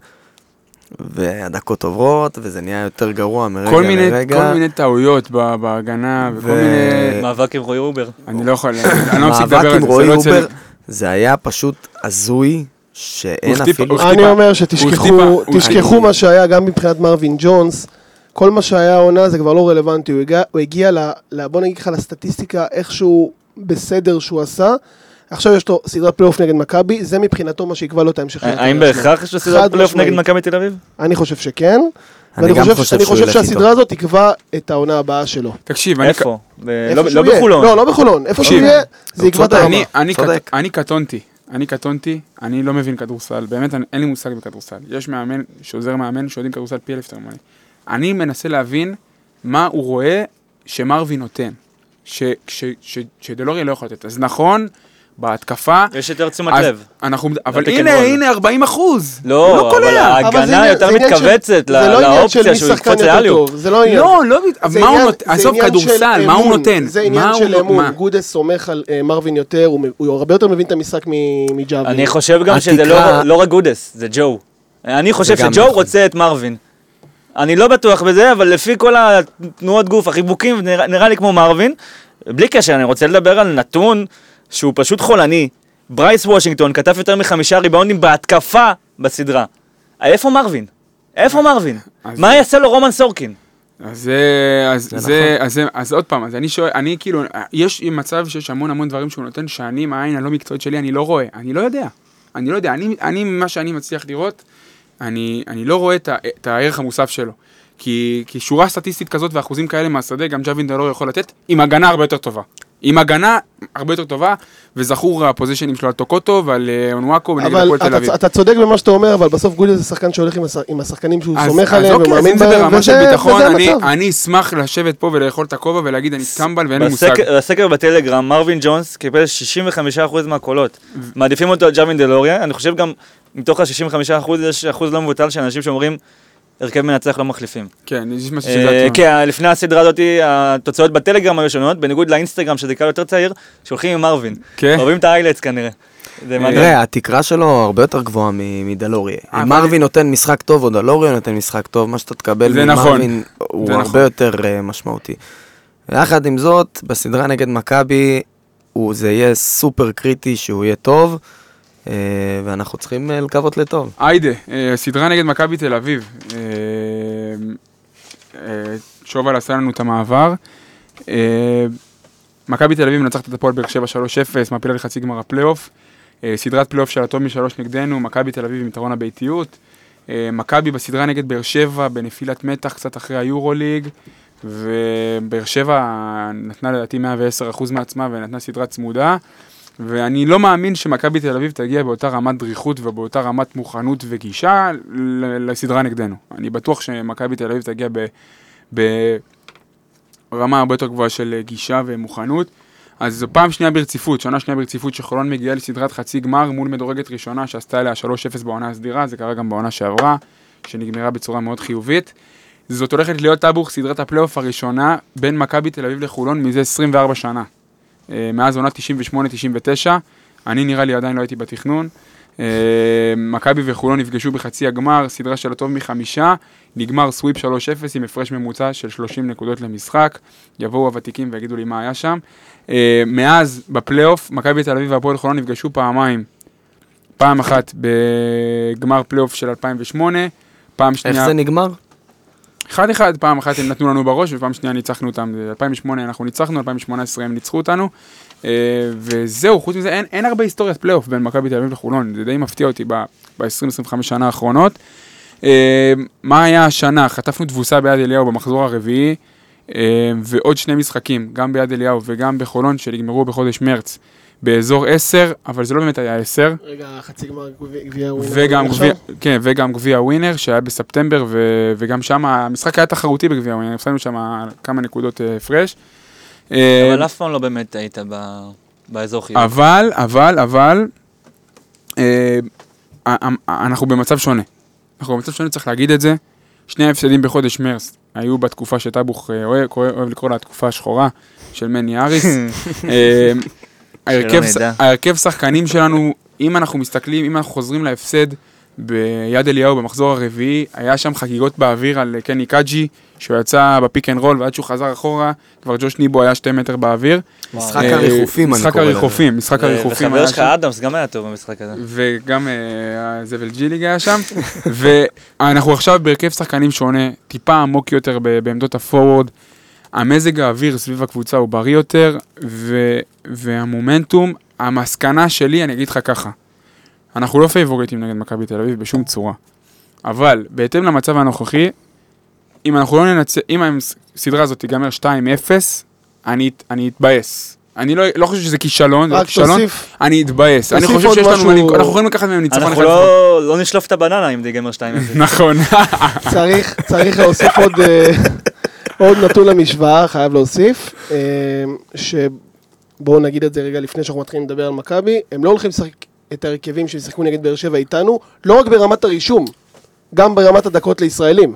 והדקות עוברות, וזה נהיה יותר גרוע מרגע לרגע. כל מיני טעויות בהגנה, וכל מיני... מאבק עם רועי אובר. אני לא יכול, אני לא מפסיק לדבר מאבק על עם רועי אובר, זה היה פשוט הזוי, שאין אפילו... אני אומר שתשכחו מה שהיה גם מבחינת מרווין ג'ונס, כל מה שהיה העונה זה כבר לא רלוונטי, הוא הגיע, בוא נגיד לך לסטטיסטיקה, איכשהו בסדר שהוא עשה, עכשיו יש לו סדרת פלייאוף נגד מכבי, זה מבחינתו מה שיקבע לו את ההמשך. האם בהכרח יש לו סדרת פלייאוף נגד מכבי תל אביב? אני חושב שכן, ואני חושב שהסדרה הזאת תקבע את העונה הבאה שלו. תקשיב, איפה? לא בחולון. לא בחולון, איפה שהוא יהיה, זה יקבע את הרמה. אני קטונתי, אני לא מבין כדורסל, באמת אין לי מושג בכדורסל. יש מאמן שעוזר מאמן שיודעים כדורסל פי 1000 יותר ממני. אני מנסה להבין מה הוא רואה שמרווין נותן, שדלוריה לא יכול לתת. אז נכון, בהתקפה... יש יותר תשומת לב. אבל הנה 40%. לא, אבל ההגנה יותר מתכווצת לאופציה שהוא יקפוץ לאליו. זה לא עניין. לא, עזוב כדורסל, מה הוא נותן? זה עניין של אמון. גודס סומך על מרווין יותר, הוא הרבה יותר מבין את המשחק מג'אבי. אני חושב גם שזה לא רק גודס, זה ג'ו. אני חושב שג'ו רוצה את מרווין. אני לא בטוח בזה, אבל לפי כל התנועות גוף, החיבוקים, נראה לי כמו מרווין. בלי קשר, אני רוצה לדבר על נתון שהוא פשוט חולני. ברייס וושינגטון כתב יותר מ5 ריבאונדים בהתקפה בסדרה. איפה מרווין? איפה מרווין? מה יעשה לו רומן סורקין? אז עוד פעם, אז אני שואל, אני כאילו, יש מצב שיש המון דברים שהוא נותן, שאני מהעין הלא מקצועית שלי, אני לא רואה, אני לא יודע, אני מה שאני מצליח לראות, אני לא רואה את הערך המוסף שלו. כי שורה סטטיסטית כזאת ואחוזים כאלה מהשדה, גם ג'אבין דלור יכול לתת, עם הגנה הרבה יותר טובה. עם הגנה הרבה יותר טובה, וזכור הפוזישנים שלו על טוקוטו ועל אונוואקו ונגד הפועל תל אביב. אתה צודק במה שאתה אומר, אבל בסוף גודס זה שחקן שהולך עם השחקנים שהוא סומך עליהם ומאמין בהם, ברמה של ביטחון, אני אשמח לשבת פה ולאכול את הכובע ולהגיד אני טמבל ואין לי מושג. בסקר בטלגרם, מרווין ג'ונס קיבל 65% מהקולות. מעדיפים אותו על ג'אבין דלוריה, אני חושב גם מתוך ה-65% יש אחוז לא מבוטל של אנשים שאומרים הרכב מנצח לא מחליפים. כן, יש משהו שדעתי. כי לפני הסדרה הזאת, התוצאות בטלגרם היו שונות, בניגוד לאינסטגרם, שזה קהל יותר צעיר, שהולכים עם מרווין. אוהבים את האיילטס כנראה. תראה, התקרה שלו הרבה יותר גבוהה מדלוריה. אם מרווין נותן משחק טוב, או דלוריה נותן משחק טוב, מה שאתה תקבל ממרווין הוא הרבה יותר משמעותי. יחד עם זאת, בסדרה נגד מכבי, זה יהיה סופר קריטי שהוא יהיה טוב, ואנחנו צריכים לקוות לטוב. היידה, סדרה נגד מכבי תל אביב. שובל עשה לנו את המעבר. מכבי תל אביב מנצחת את הפועל באר שבע 3-0, מעפילה לחצי גמר הפלייאוף. סדרת פלייאוף של הטוב מ3 נגדנו, מכבי תל אביב עם יתרון הביתיות. מכבי בסדרה נגד באר שבע בנפילת מתח קצת אחרי היורוליג, ובאר שבע נתנה לדעתי 110% מעצמה ונתנה סדרה צמודה. ואני לא מאמין שמכבי תל אביב תגיע באותה רמת דריכות ובאותה רמת מוכנות וגישה לסדרה נגדנו. אני בטוח שמכבי תל אביב תגיע ברמה הרבה יותר גבוהה של גישה ומוכנות. אז זו פעם שנייה ברציפות, שנה שנייה ברציפות שחולון מגיעה לסדרת חצי גמר מול מדורגת ראשונה שעשתה עליה 3-0 בעונה הסדירה, זה קרה גם בעונה שעברה, שנגמרה בצורה מאוד חיובית. זאת הולכת להיות טאבוך סדרת הפלייאוף הראשונה בין מכבי תל אביב לחולון מזה 24 שנה. מאז עונה 98-99, אני נראה לי עדיין לא הייתי בתכנון, מכבי וחולון נפגשו בחצי הגמר, סדרה של הטוב מ5, נגמר סוויפ 3-0 עם הפרש ממוצע של 30 נקודות למשחק. יבואו הוותיקים ויגידו לי מה היה שם. מאז בפלייאוף, מכבי תל אביב והפועל חולון נפגשו פעמיים. פעם אחת בגמר פלייאוף של 2008, פעם שנייה... איך זה נגמר? 1-1, פעם אחת הם נתנו לנו בראש, ופעם שנייה ניצחנו אותם. 2008 אנחנו ניצחנו, 2018 הם ניצחו אותנו. וזהו, חוץ מזה, אין הרבה היסטוריית פלייאוף בין מכבי תל אביב לחולון. זה די מפתיע אותי ב-20-25 שנה האחרונות. מה היה השנה? חטפנו תבוסה ביד אליהו במחזור הרביעי, ועוד 2 משחקים, גם ביד אליהו וגם בחולון, שנגמרו בחודש מרץ. באזור 10, אבל זה לא באמת היה 10. רגע, חצי גמר גביע ווינר. כן, וגם גביע ווינר, שהיה בספטמבר, וגם שם, המשחק היה תחרותי בגביע ווינר, הפסדנו שם כמה נקודות הפרש. אבל אף פעם לא באמת היית באזור חיוב. אבל, אנחנו במצב שונה. צריך להגיד את זה. 2 הפסדים בחודש מרץ, היו בתקופה שטאבוך אוהב לקרוא לה התקופה השחורה, של מני אריס. ההרכב שחקנים שלנו, אם אנחנו מסתכלים, אם אנחנו חוזרים להפסד ביד אליהו במחזור הרביעי, היה שם חגיגות באוויר על קני קאג'י, שהוא יצא בפיק אנד רול, ועד שהוא חזר אחורה, כבר ג'וש ניבו היה 2 מטר באוויר. משחק הריחופים, משחק הריחופים. וחבר שלך אדמס גם היה טוב במשחק הזה. וגם זבל ג'יליג היה שם. ואנחנו עכשיו בהרכב שחקנים שונה, טיפה עמוק יותר בעמדות הפורוורד, המזג האוויר סביב הקבוצה הוא בריא יותר, והמומנטום, המסקנה שלי, אני אגיד לך ככה, אנחנו לא פייבוריטים נגד מכבי תל אביב בשום צורה, אבל בהתאם למצב הנוכחי, אם אנחנו לא ננצח, אם הסדרה הזאת תיגמר 2-0, אני אתבאס. אני לא חושב שזה כישלון, זה לא כישלון, אני אתבאס. אני חושב שיש לנו, אנחנו יכולים לקחת מהם ניצחון. אנחנו לא נשלוף את הבננה אם תיגמר 2-0. נכון. צריך להוסיף עוד נתון למשוואה, חייב להוסיף, שבואו נגיד את זה רגע לפני שאנחנו מתחילים לדבר על מכבי, הם לא הולכים לשחק את הרכבים שישחקו נגד באר שבע איתנו, לא רק ברמת הרישום, גם ברמת הדקות לישראלים.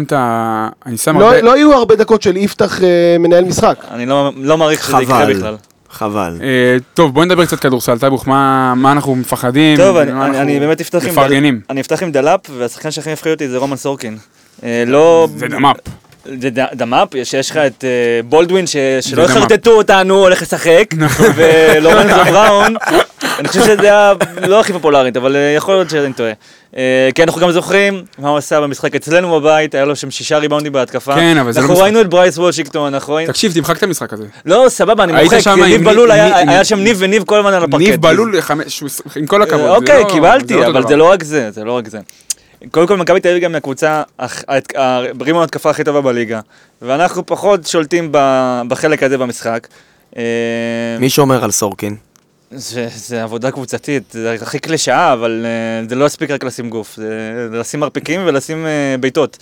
לא יהיו הרבה דקות של יפתח מנהל משחק. אני לא מעריך שזה יקרה בכלל. חבל. טוב, בואו נדבר קצת כדורסל, טייבוך, מה אנחנו מפחדים? טוב, אני באמת אפתח עם דלאפ, והשחקן שהכי מפחיד אותי זה רומן סורקין. זה דמאפ. זה דמאפ, שיש לך את בולדווין שלא יחרטטו אותנו, הולך לשחק, ולורנזו בראון, אני חושב שזה היה לא הכי פופולרית, אבל יכול להיות שאני טועה. כי אנחנו גם זוכרים מה הוא עשה במשחק אצלנו בבית, היה לו שם 6 ריבאונדים בהתקפה. כן, אבל זה לא משחק. אנחנו ראינו את ברייס וושינגטון, תקשיב, תמחק את המשחק הזה. לא, סבבה, אני מוחק, כי ניב בלול היה שם ניב וניב כל הזמן על הפרקט. ניב בלול, עם כל הכבוד. אוקיי, קיבלתי, אבל זה לא רק זה, זה לא רק זה. קודם כל, מכבי תל אביב גם מהקבוצה, ריבאונד התקפה הכי טובה בליגה, ואנחנו פחות שולטים בחלק הזה במשחק. מי שומר על סורקין? זה עבודה קבוצתית, זה הכי קלישאה, אבל זה לא הספיק רק לשים גוף, זה לשים מרפיקים ולשים ביתות.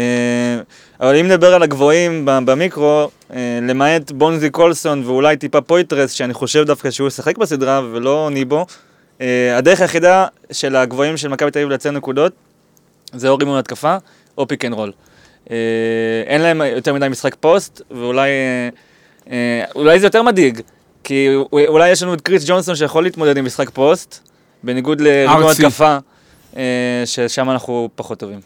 אבל אם נדבר על הגבוהים במיקרו, למעט בונזי קולסון ואולי טיפה פויטרס, שאני חושב דווקא שהוא ישחק בסדרה ולא ניבו, הדרך היחידה של הגבוהים של מכבי תל אביב לייצר נקודות, זה או ריבאונד התקפה או פיק אנד רול. אין להם יותר מדי משחק פוסט, ואולי זה יותר מדאיג, כי אולי יש לנו את קריס ג'ונסון שיכול להתמודד עם משחק פוסט, בניגוד לריבאונד התקפה, ששם אנחנו פחות טובים.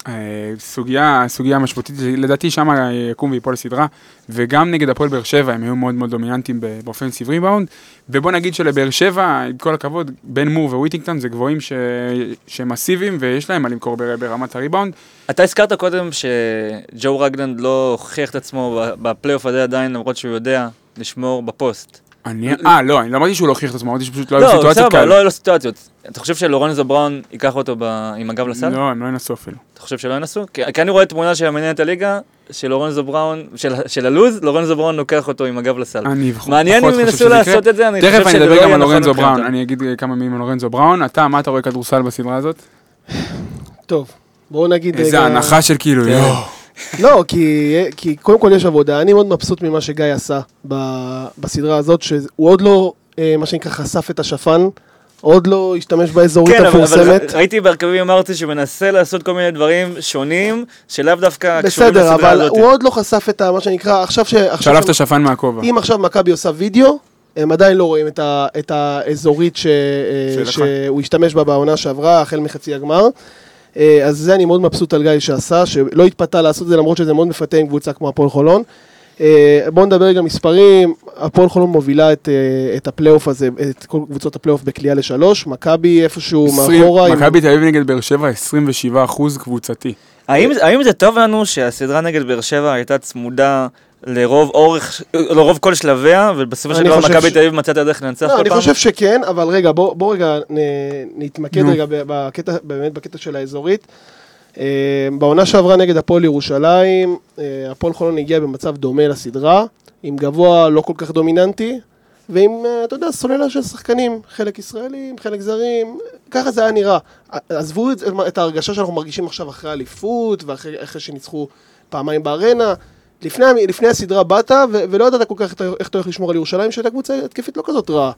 סוגיה משמעותית, לדעתי שם יקום ויפול לסדרה, וגם נגד הפועל באר שבע הם היו מאוד מאוד דומיננטיים באופנסיב ריבאונד, ובוא נגיד שלבאר שבע, עם כל הכבוד, בן מור וויטינגטון זה גבוהים שמסיביים, ויש להם מה למכור ברמת הריבאונד. אתה הזכרת קודם שג'ו רגלנד לא הוכיח את עצמו בפלייאוף הזה עדיין, למרות שהוא יודע לשמור בפוסט. לא, אני לא אמרתי שהוא לא הוכיח את עצמו, אמרתי שפשוט לא היו סיטואציות כאלה. לא היו סיטואציות. אתה חושב שלורנזו בראון ייקח אותו עם הגב לסל? לא, הם לא ינסו אפילו. אתה חושב שלא ינסו? כי אני רואה תמונה של המעניין את הליגה, של לורנזו בראון, של הלוז, לורנזו בראון לוקח אותו עם הגב לסל. מעניין אם ינסו לעשות את זה, אני חושב שזה לא יהיה נכון מבחינתם. אני אגיד כמה מילים על לורנזו בראון. אתה, מה אתה רואה כדורסל בסדרה הזאת? טוב, בואו נגיד... איזה הנחה של כאילו, לא, כי קודם כל יש עבודה, אני מאוד מבסוט ממה שגיא עשה בסדרה הזאת, שהוא עוד לא, מה שנקרא, חשף את השפן, עוד לא השתמש באזורית הפורסמת. אבל ראיתי בהרכבים, אמרתי שמנסה לעשות כל מיני דברים שונים, שלאו דווקא קשורים לסדרה הזאת. בסדר, אבל הוא עוד לא חשף את מה שנקרא, עכשיו שלף את השפן מהכובע. אם עכשיו מכבי עושה וידאו, הם עדיין לא רואים את האזורית שהוא השתמש בה בעונה שעברה, החל מחצי הגמר. אז זה אני מאוד מבסוט על גיא שעשה, שלא התפתה לעשות זה, למרות שזה מאוד מפתה עם קבוצה כמו הפועל חולון. בואו נדבר רגע מספרים, הפועל חולון מובילה את הפלייאוף הזה, את כל קבוצות הפלייאוף בקליעה ל3, מכבי איפשהו מאחורה. מכבי תל אביב נגד באר שבע 27% קבוצתי. האם זה טוב לנו שהסדרה נגד באר שבע הייתה צמודה לרוב כל שלביה, ובסופו של דבר מכבי תל אביב מצאת הדרך לנצח כל פעם? אני חושב שכן, אבל רגע, בוא רגע נתמקד רגע באמת בקטע של האזורית. בעונה שעברה נגד הפועל ירושלים, הפועל חולון הגיע במצב דומה לסדרה, עם גבוה לא כל כך דומיננטי, ועם, אתה יודע, סוללה של שחקנים, חלק ישראלים, חלק זרים, ככה זה היה נראה. עזבו את ההרגשה שאנחנו מרגישים עכשיו אחרי האליפות, ואחרי שניצחו פעמיים בארנה, לפני הסדרה באת, ולא ידעת כל כך איך אתה הולך לשמור על ירושלים, שהייתה קבוצה התקפית לא כזאת רעה.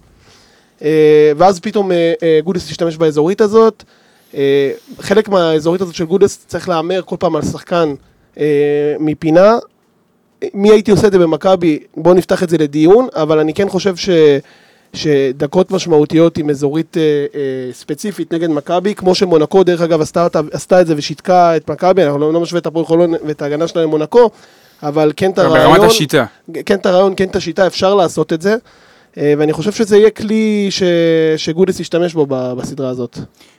ואז פתאום גודס השתמש באזורית הזאת, חלק מהאזורית הזאת של גודס צריך לאמר כל פעם על שחקן מפינה. מי הייתי עושה את זה במכבי? בואו נפתח את זה לדיון, אבל אני כן חושב שדקות משמעותיות עם אזורית ספציפית נגד מכבי, כמו שמונקו דרך אגב עשתה את זה ושיתקה את מכבי, אנחנו לא משווה את הפועל חולון ואת ההגנה שלה למונקו, אבל כן את הרעיון, כן את השיטה, אפשר לעשות את זה, ואני חושב שזה יהיה כלי שגודס ישתמש בו בסדרה הזאת.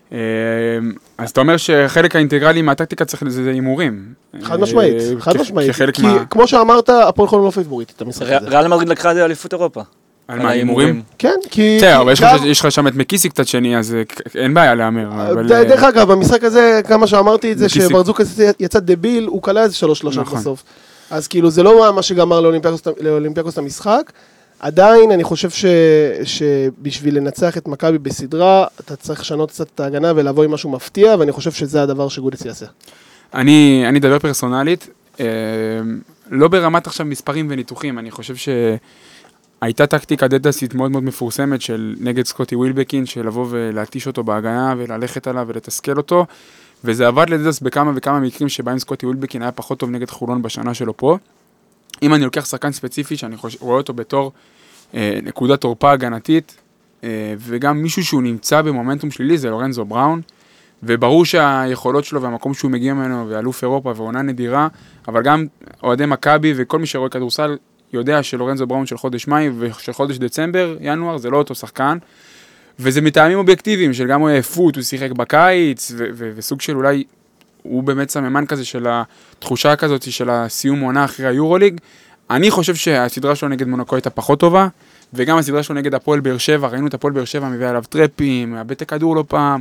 אז אתה אומר שחלק האינטגרלי מהטקטיקה צריך לזה הימורים. חד משמעית, כי כמו שאמרת, הפועל חולון לא פייבוריטית את המשחק הזה. ריאל מדריד לקחה את זה אליפות אירופה. על מה, הימורים? כן, כי... אבל יש לך שם את מקיסי קצת שני, אז אין בעיה להאמר. דרך אגב, במשחק הזה, כמה שאמרתי את זה, שברזוק יצא דביל, הוא קלה איזה 3 שלושות בסוף. אז כאילו, זה לא מה שגמר לאולימפיאקוס את המשחק. עדיין אני חושב שבשביל לנצח את מכבי בסדרה, אתה צריך לשנות קצת את ההגנה ולבוא עם משהו מפתיע, ואני חושב שזה הדבר שגודס יעשה. אני אדבר פרסונלית, לא ברמת עכשיו מספרים וניתוחים, אני חושב שהייתה טקטיקה דדסית מאוד מאוד מפורסמת של נגד סקוטי ווילבקין, של לבוא ולהטיש אותו בהגנה וללכת עליו ולתסכל אותו, וזה עבד לדדס בכמה וכמה מקרים שבהם סקוטי ווילבקין היה פחות טוב נגד חולון בשנה שלו פה. אם אני לוקח שחקן ספציפי שאני רואה אותו בתור נקודת תורפה הגנתית, וגם מישהו שהוא נמצא במומנטום שלילי, זה לורנזו בראון, וברור שהיכולות שלו והמקום שהוא מגיע ממנו, ואלוף אירופה ועונה נדירה, אבל גם אוהדי מכבי וכל מי שרואה כדורסל יודע שלורנזו בראון של חודש מאי ושל חודש דצמבר, ינואר, זה לא אותו שחקן, וזה מטעמים אובייקטיביים של גם הוא עייפות, הוא שיחק בקיץ, וסוג של אולי הוא באמת סממן כזה של התחושה כזאת של הסיום עונה אחרי היורוליג. אני חושב שהסדרה שלו נגד מונקו הייתה פחות טובה, וגם הסדרה שלו נגד הפועל באר שבע, ראינו את הפועל באר שבע מביא עליו טרפים, מאבד את הכדור לא פעם,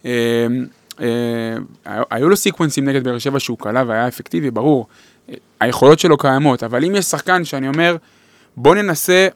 היו לו סיקוונסים נגד באר שבע שהוא קלה והיה אפקטיבי, ברור, היכולות שלו קיימות, אבל אם יש שחקן שאני אומר, בוא ננסה,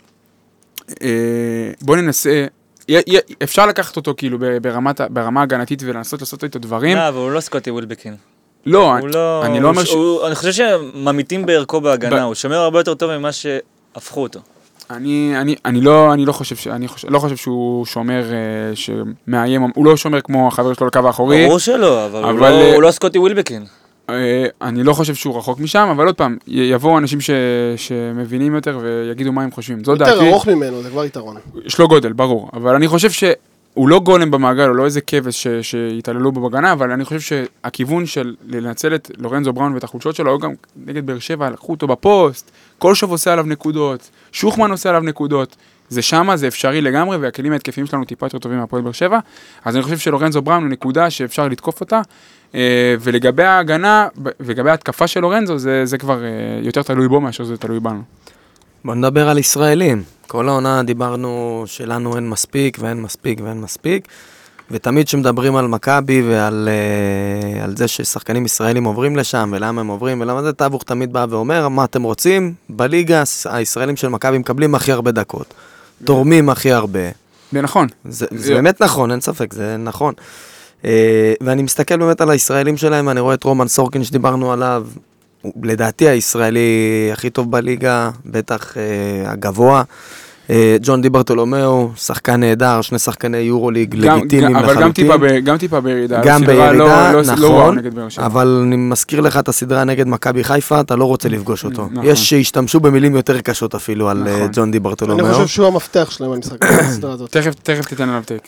אפשר לקחת אותו כאילו ברמה הגנתית ולנסות לעשות את הדברים. אבל הוא לא סקוטי ווילבקין. לא, אני לא אומר אני חושב שממיתים בערכו בהגנה, הוא שומר הרבה יותר טוב ממה שהפכו אותו. אני לא חושב שהוא שומר שמאיים, הוא לא שומר כמו החבר שלו לקו האחורי. ברור שלא, אבל הוא לא סקוטי ווילבקין. אני לא חושב שהוא רחוק משם, אבל עוד פעם, יבואו אנשים שמבינים יותר ויגידו מה הם חושבים. יותר ארוך ממנו, זה כבר יתרון. יש לו גודל, ברור, אבל אני חושב שהוא לא גולם במעגל, הוא לא איזה כבש שיתעללו בו בגנה, אבל אני חושב שהכיוון של לנצל את לורנזו בראון ואת החולשות שלו, גם נגד באר שבע, לקחו אותו בפוסט, כל שוב עושה עליו נקודות, שוחמן עושה עליו נקודות, זה שמה, זה אפשרי לגמרי, והכלים ההתקפיים שלנו טיפה יותר טובים מהפועל באר שבע, אז אני חושב שלורנזו בראון הוא נקודה שאפשר לתקוף אותה, ולגבי ההגנה, ולגבי ההתקפה של לורנזו, זה כבר יותר תלוי בו מאשר זה תלוי בנו. בוא נדבר על ישראלים. כל העונה דיברנו שלנו אין מספיק ואין מספיק ואין מספיק, ותמיד שמדברים על מכבי ועל זה ששחקנים ישראלים עוברים לשם ולמה הם עוברים ולמה זה, תאבוך תמיד בא ואומר מה אתם רוצים, בליגה הישראלים של מכבי מקבלים הכי הרבה דקות, תורמים הכי הרבה. זה נכון. זה באמת נכון, אין ספק, זה נכון. ואני מסתכל באמת על הישראלים שלהם, אני רואה את רומן סורקין שדיברנו עליו, לדעתי הישראלי הכי טוב בליגה, בטח הגבוה. ג'ון די ברטולומיאו, שחקן נהדר, 2 שחקני יורוליג לגיטימיים לחלוטין. אבל גם טיפה בירידה. גם בירידה, נכון, אבל אני מזכיר לך את הסדרה נגד מכבי חיפה, אתה לא רוצה לפגוש אותו. יש שהשתמשו במילים יותר קשות אפילו על ג'ון די ברטולומיאו. אני חושב שהוא המפתח שלהם במשחק בסדרה הזאת. תכף תיתן עליו טק.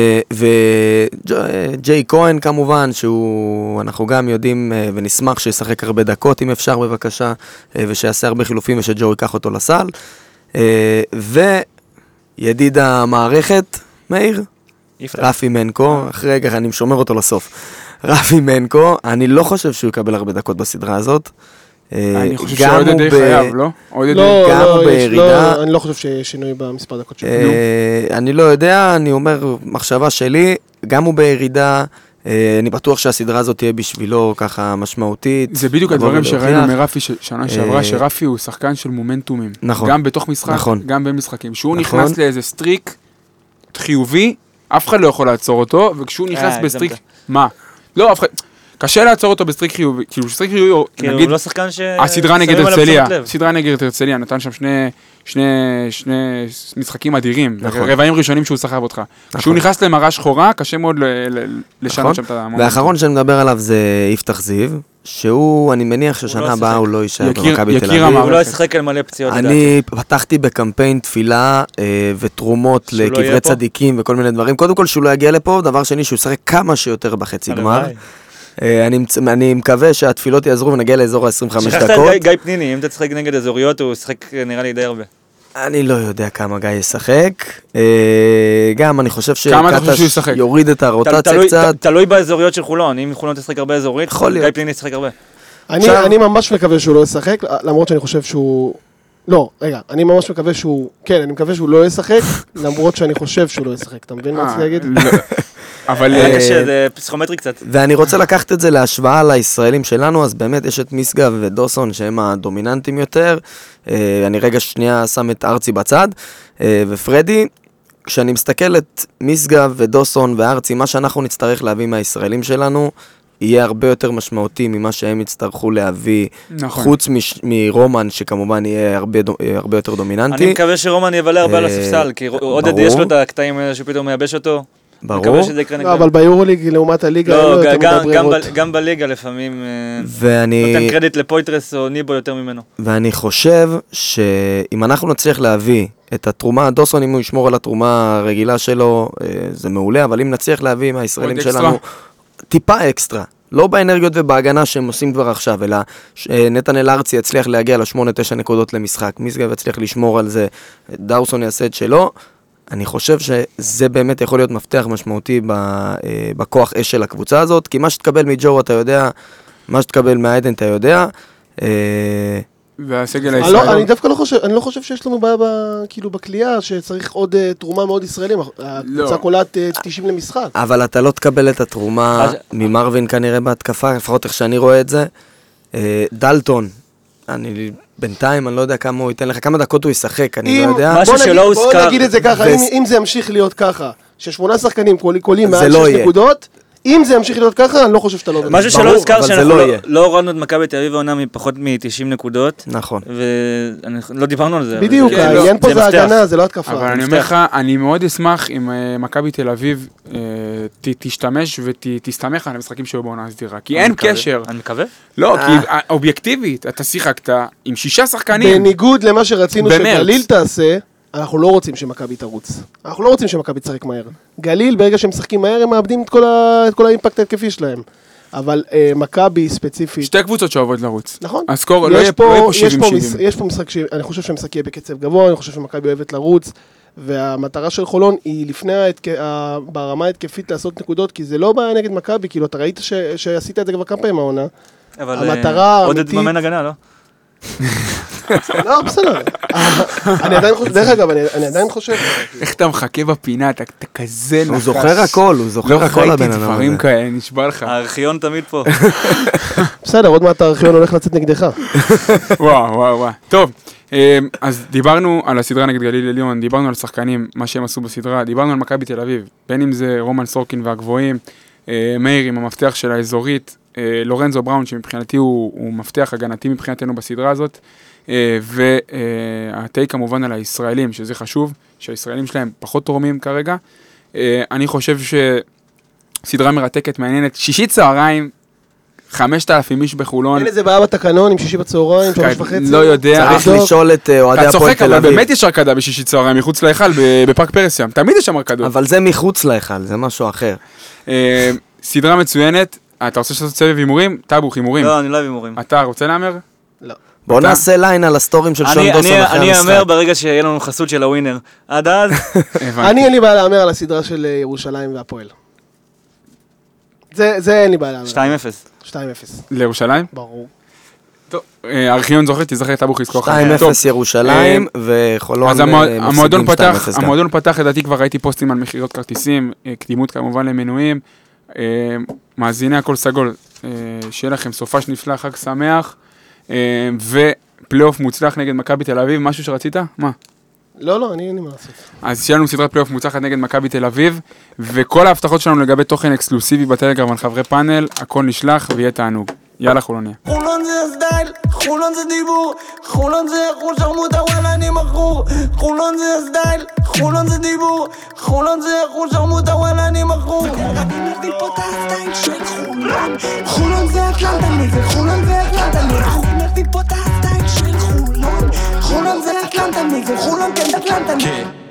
וג'יי כהן כמובן, שאנחנו גם יודעים ונשמח שישחק הרבה דקות אם אפשר בבקשה, ושיעשה הרבה חילופים ושג'ו ייקח אותו לסל. וידיד המערכת, מאיר, רפי מנקו, אחרי רגע אני משומר אותו לסוף. רפי מנקו, אני לא חושב שהוא יקבל הרבה דקות בסדרה הזאת. אני חושב שעוד די חייב, לא? גם בירידה. אני לא חושב שיש שינוי במספר דקות שלו. אני לא יודע, אני אומר, מחשבה שלי, גם הוא בירידה, אני בטוח שהסדרה הזאת תהיה בשבילו ככה משמעותית. זה בדיוק הדברים שראינו מרפי שנה שעברה, שרפי הוא שחקן של מומנטומים. נכון. גם בתוך משחק, גם במשחקים. שהוא נכנס לאיזה סטריק חיובי, אף אחד לא יכול לעצור אותו, וכשהוא נכנס בסטריק, מה? לא, אף אחד... קשה לעצור אותו בסטריק חיובי, כאילו סטריק חיובי, נגיד, לא שחקן הסדרה נגד הרצליה, הסדרה נגד הרצליה, נתן שם שני משחקים אדירים, רבעים ראשונים שהוא שחב אותך. כשהוא נכנס למראה שחורה, קשה מאוד לשנות שם את המומנטום. והאחרון שאני מדבר עליו זה יפתח זיו, שהוא, אני מניח ששנה הבאה הוא לא יישאר במכבי תל אביב. הוא לא ישחק על מלא פציעות. אני פתחתי בקמפיין תפילה ותרומות לקברי צדיקים וכל מיני דברים. קודם כל שהוא לא יגיע לפה, דבר שני שהוא ישחק כמה שיותר בחצי גמר. אני מקווה שהתפילות יעזרו ונגיע לאזור ה-25 דקות. שכחת גיא פניני, אם אתה תשחק נגד אזוריות, הוא ישחק נראה לי די הרבה. אני לא יודע כמה גיא ישחק. גם אני חושב שקטש יוריד את הרוטציה קצת. תלוי באזוריות של חולון, אם חולון תשחק הרבה אזורית, גיא פניני ישחק הרבה. אני ממש מקווה שהוא לא ישחק, למרות שאני חושב שהוא... לא, רגע, אני ממש מקווה שהוא... כן, אני מקווה שהוא לא ישחק, למרות שאני חושב שהוא לא ישחק. אתה מבין מה רציתי להגיד? אבל קשה, זה פסיכומטרי קצת. ואני רוצה לקחת את זה להשוואה לישראלים שלנו, אז באמת יש את מיסגה ודוסון שהם הדומיננטים יותר. אני רגע שנייה שם את ארצי בצד, ופרדי, כשאני מסתכל את מיסגה ודוסון וארצי, מה שאנחנו נצטרך להביא מהישראלים שלנו, יהיה הרבה יותר משמעותי ממה שהם יצטרכו להביא, חוץ מרומן שכמובן יהיה הרבה יותר דומיננטי. אני מקווה שרומן יבלה הרבה על הספסל, כי עודד יש לו את הקטעים האלה שפתאום מייבש אותו. ברור. לא, אבל ביורוליג לעומת הליגה, לא, גם בליגה לפעמים נותן קרדיט לפויטרס או ניבו יותר ממנו. ואני חושב שאם אנחנו נצליח להביא את התרומה, דוסון אם הוא ישמור על התרומה הרגילה שלו, זה מעולה, אבל אם נצליח להביא מהישראלים שלנו טיפה אקסטרה, לא באנרגיות ובהגנה שהם עושים כבר עכשיו, אלא נתנאל ארצי יצליח להגיע ל8-9 נקודות למשחק, מיסגב יצליח לשמור על זה, דאוסון יעשה את שלו, אני חושב שזה באמת יכול להיות מפתח משמעותי בכוח אש של הקבוצה הזאת, כי מה שתקבל מג'ו אתה יודע, מה שתקבל מהעדן אתה יודע. והסגל הישראלי. אני דווקא לא חושב שיש לנו בעיה כאילו בקליעה, שצריך עוד תרומה מאוד ישראלים, הקבוצה קולעת 90 למשחק. אבל אתה לא תקבל את התרומה ממרווין כנראה בהתקפה, לפחות איך שאני רואה את זה. דלטון, בינתיים, אני לא יודע כמה הוא ייתן לך, כמה דקות הוא ישחק, אני לא יודע. בוא נגיד את זה ככה, אם זה ימשיך להיות ככה, ש8 שחקנים קולים מעל 6 נקודות, אם זה ימשיך להיות ככה, אני לא חושב שאתה לא... משהו שלא הוזכר שאנחנו לא הורדנו את מכבי תל אביב העונה מפחות מ-90 נקודות. נכון. ולא דיברנו על זה. בדיוק, העניין פה זה הגנה, זה לא התקפה. אבל אני אומר לך, אני מאוד אשמח אם מכבי תל אביב תשתמש ותסתמך על המשחקים שהיו בעונה הסדירה. כי אין קשר. אני מקווה? לא, כי אובייקטיבית, אתה שיחקת עם 6 שחקנים. בניגוד למה שרצינו שגליל תעשה, אנחנו לא רוצים שמכבי תרוץ. אנחנו לא רוצים שמכבי תשחק מהר. גליל, ברגע שהם משחקים מהר, הם מאבדים את כל האימפקט ההתקפי שלהם. אבל מכבי ספציפית... 2 קבוצות שאוהבות לרוץ. נכון. הסקור לא יהיה פה 70-70. יש פה משחק אני חושב שהמשחק יהיה בקצב גבוה, אני חושב שמכבי אוהבת לרוץ, והמטרה של חולון היא לפני ברמה ההתקפית לעשות נקודות, כי זה לא בעיה נגד מכבי, כאילו אתה ראית שעשית את זה כבר כמה פעמים העונה. אבל עודד מממן הגנה, לא? לא, בסדר. דרך אגב, אני עדיין חושב... איך אתה מחכה בפינה, אתה כזה נחש. הוא זוכר הכל, הוא זוכר הכל הבן אדם. לא דברים כאלה, נשבע לך. הארכיון תמיד פה. בסדר, עוד מעט הארכיון הולך לצאת נגדך. וואו. טוב, אז דיברנו על הסדרה נגד גליל עליון, דיברנו על שחקנים, מה שהם עשו בסדרה, דיברנו על מכבי תל אביב, בין אם זה רומן סורקין והגבוהים, מאיר עם המפתח של האזורית, לורנזו בראון, שמבחינתי הוא מפתח הגנתי מבחינתנו בסדרה הזאת, והטייק כמובן על הישראלים, שזה חשוב, שהישראלים שלהם פחות תורמים כרגע. אני חושב שסדרה מרתקת, מעניינת, שישי צהריים, 5,000 איש בחולון. אין איזה בעיה בתקנון עם שישי בצהריים, 3:30. לא יודע. צריך לשאול את אוהדי הפועל תל אביב. אתה צוחק, אבל באמת יש הרקדה בשישי צהריים, מחוץ להיכל, בפארק פרס-ים. תמיד יש שם הרקדות. אבל זה מחוץ להיכל, זה משהו אחר. סדרה מצוינת. אתה רוצה לעשות סבב הימורים? טאבוך, הימורים. לא, אני לא אוהב הימורים. אתה רוצה להמר? לא. בוא נעשה ליין על הסטורים של שון דוסון אחרי המשחק. אני אאמר ברגע שיהיה לנו חסות של הווינר. עד אז... אין לי בעיה להאמר על הסדרה של ירושלים והפועל. זה אין לי בעיה להאמר. 2-0. 2-0. לירושלים? ברור. טוב, ארכיון זוכר, תזכר את טאבוך לזכור. 2-0 ירושלים וחולון אז המועדון פתח, לדעתי כבר ראיתי פוסטים על מחירות כרטיסים, קדימות כמובן למנויים, מאזיני הכל סגול, שיהיה לכם סופש נפלא, חג שמח, ופלייאוף מוצלח נגד מכבי תל אביב, משהו שרצית? מה? לא, אני אין לי מה לעשות. אז שיהיה לנו סדרת פלייאוף מוצלחת נגד מכבי תל אביב, וכל ההבטחות שלנו לגבי תוכן אקסקלוסיבי בטלגרם על חברי פאנל, הכל נשלח ויהיה תענוג. יאללה חולוניה. חולון זה הסטייל, חולון זה דיבור, חולון זה חול שרמוטה וואלה אני מכור. חולון זה הסטייל, חולון זה דיבור, חולון זה חול שרמוטה וואלה אני מכור. אני מביא פה את הסטייל של חולון, חולון זה אטלנטה זה חולון זה אטלנטה אני מביא פה את הסטייל של חולון, חולון זה אטלנטה זה חולון כן אטלנטה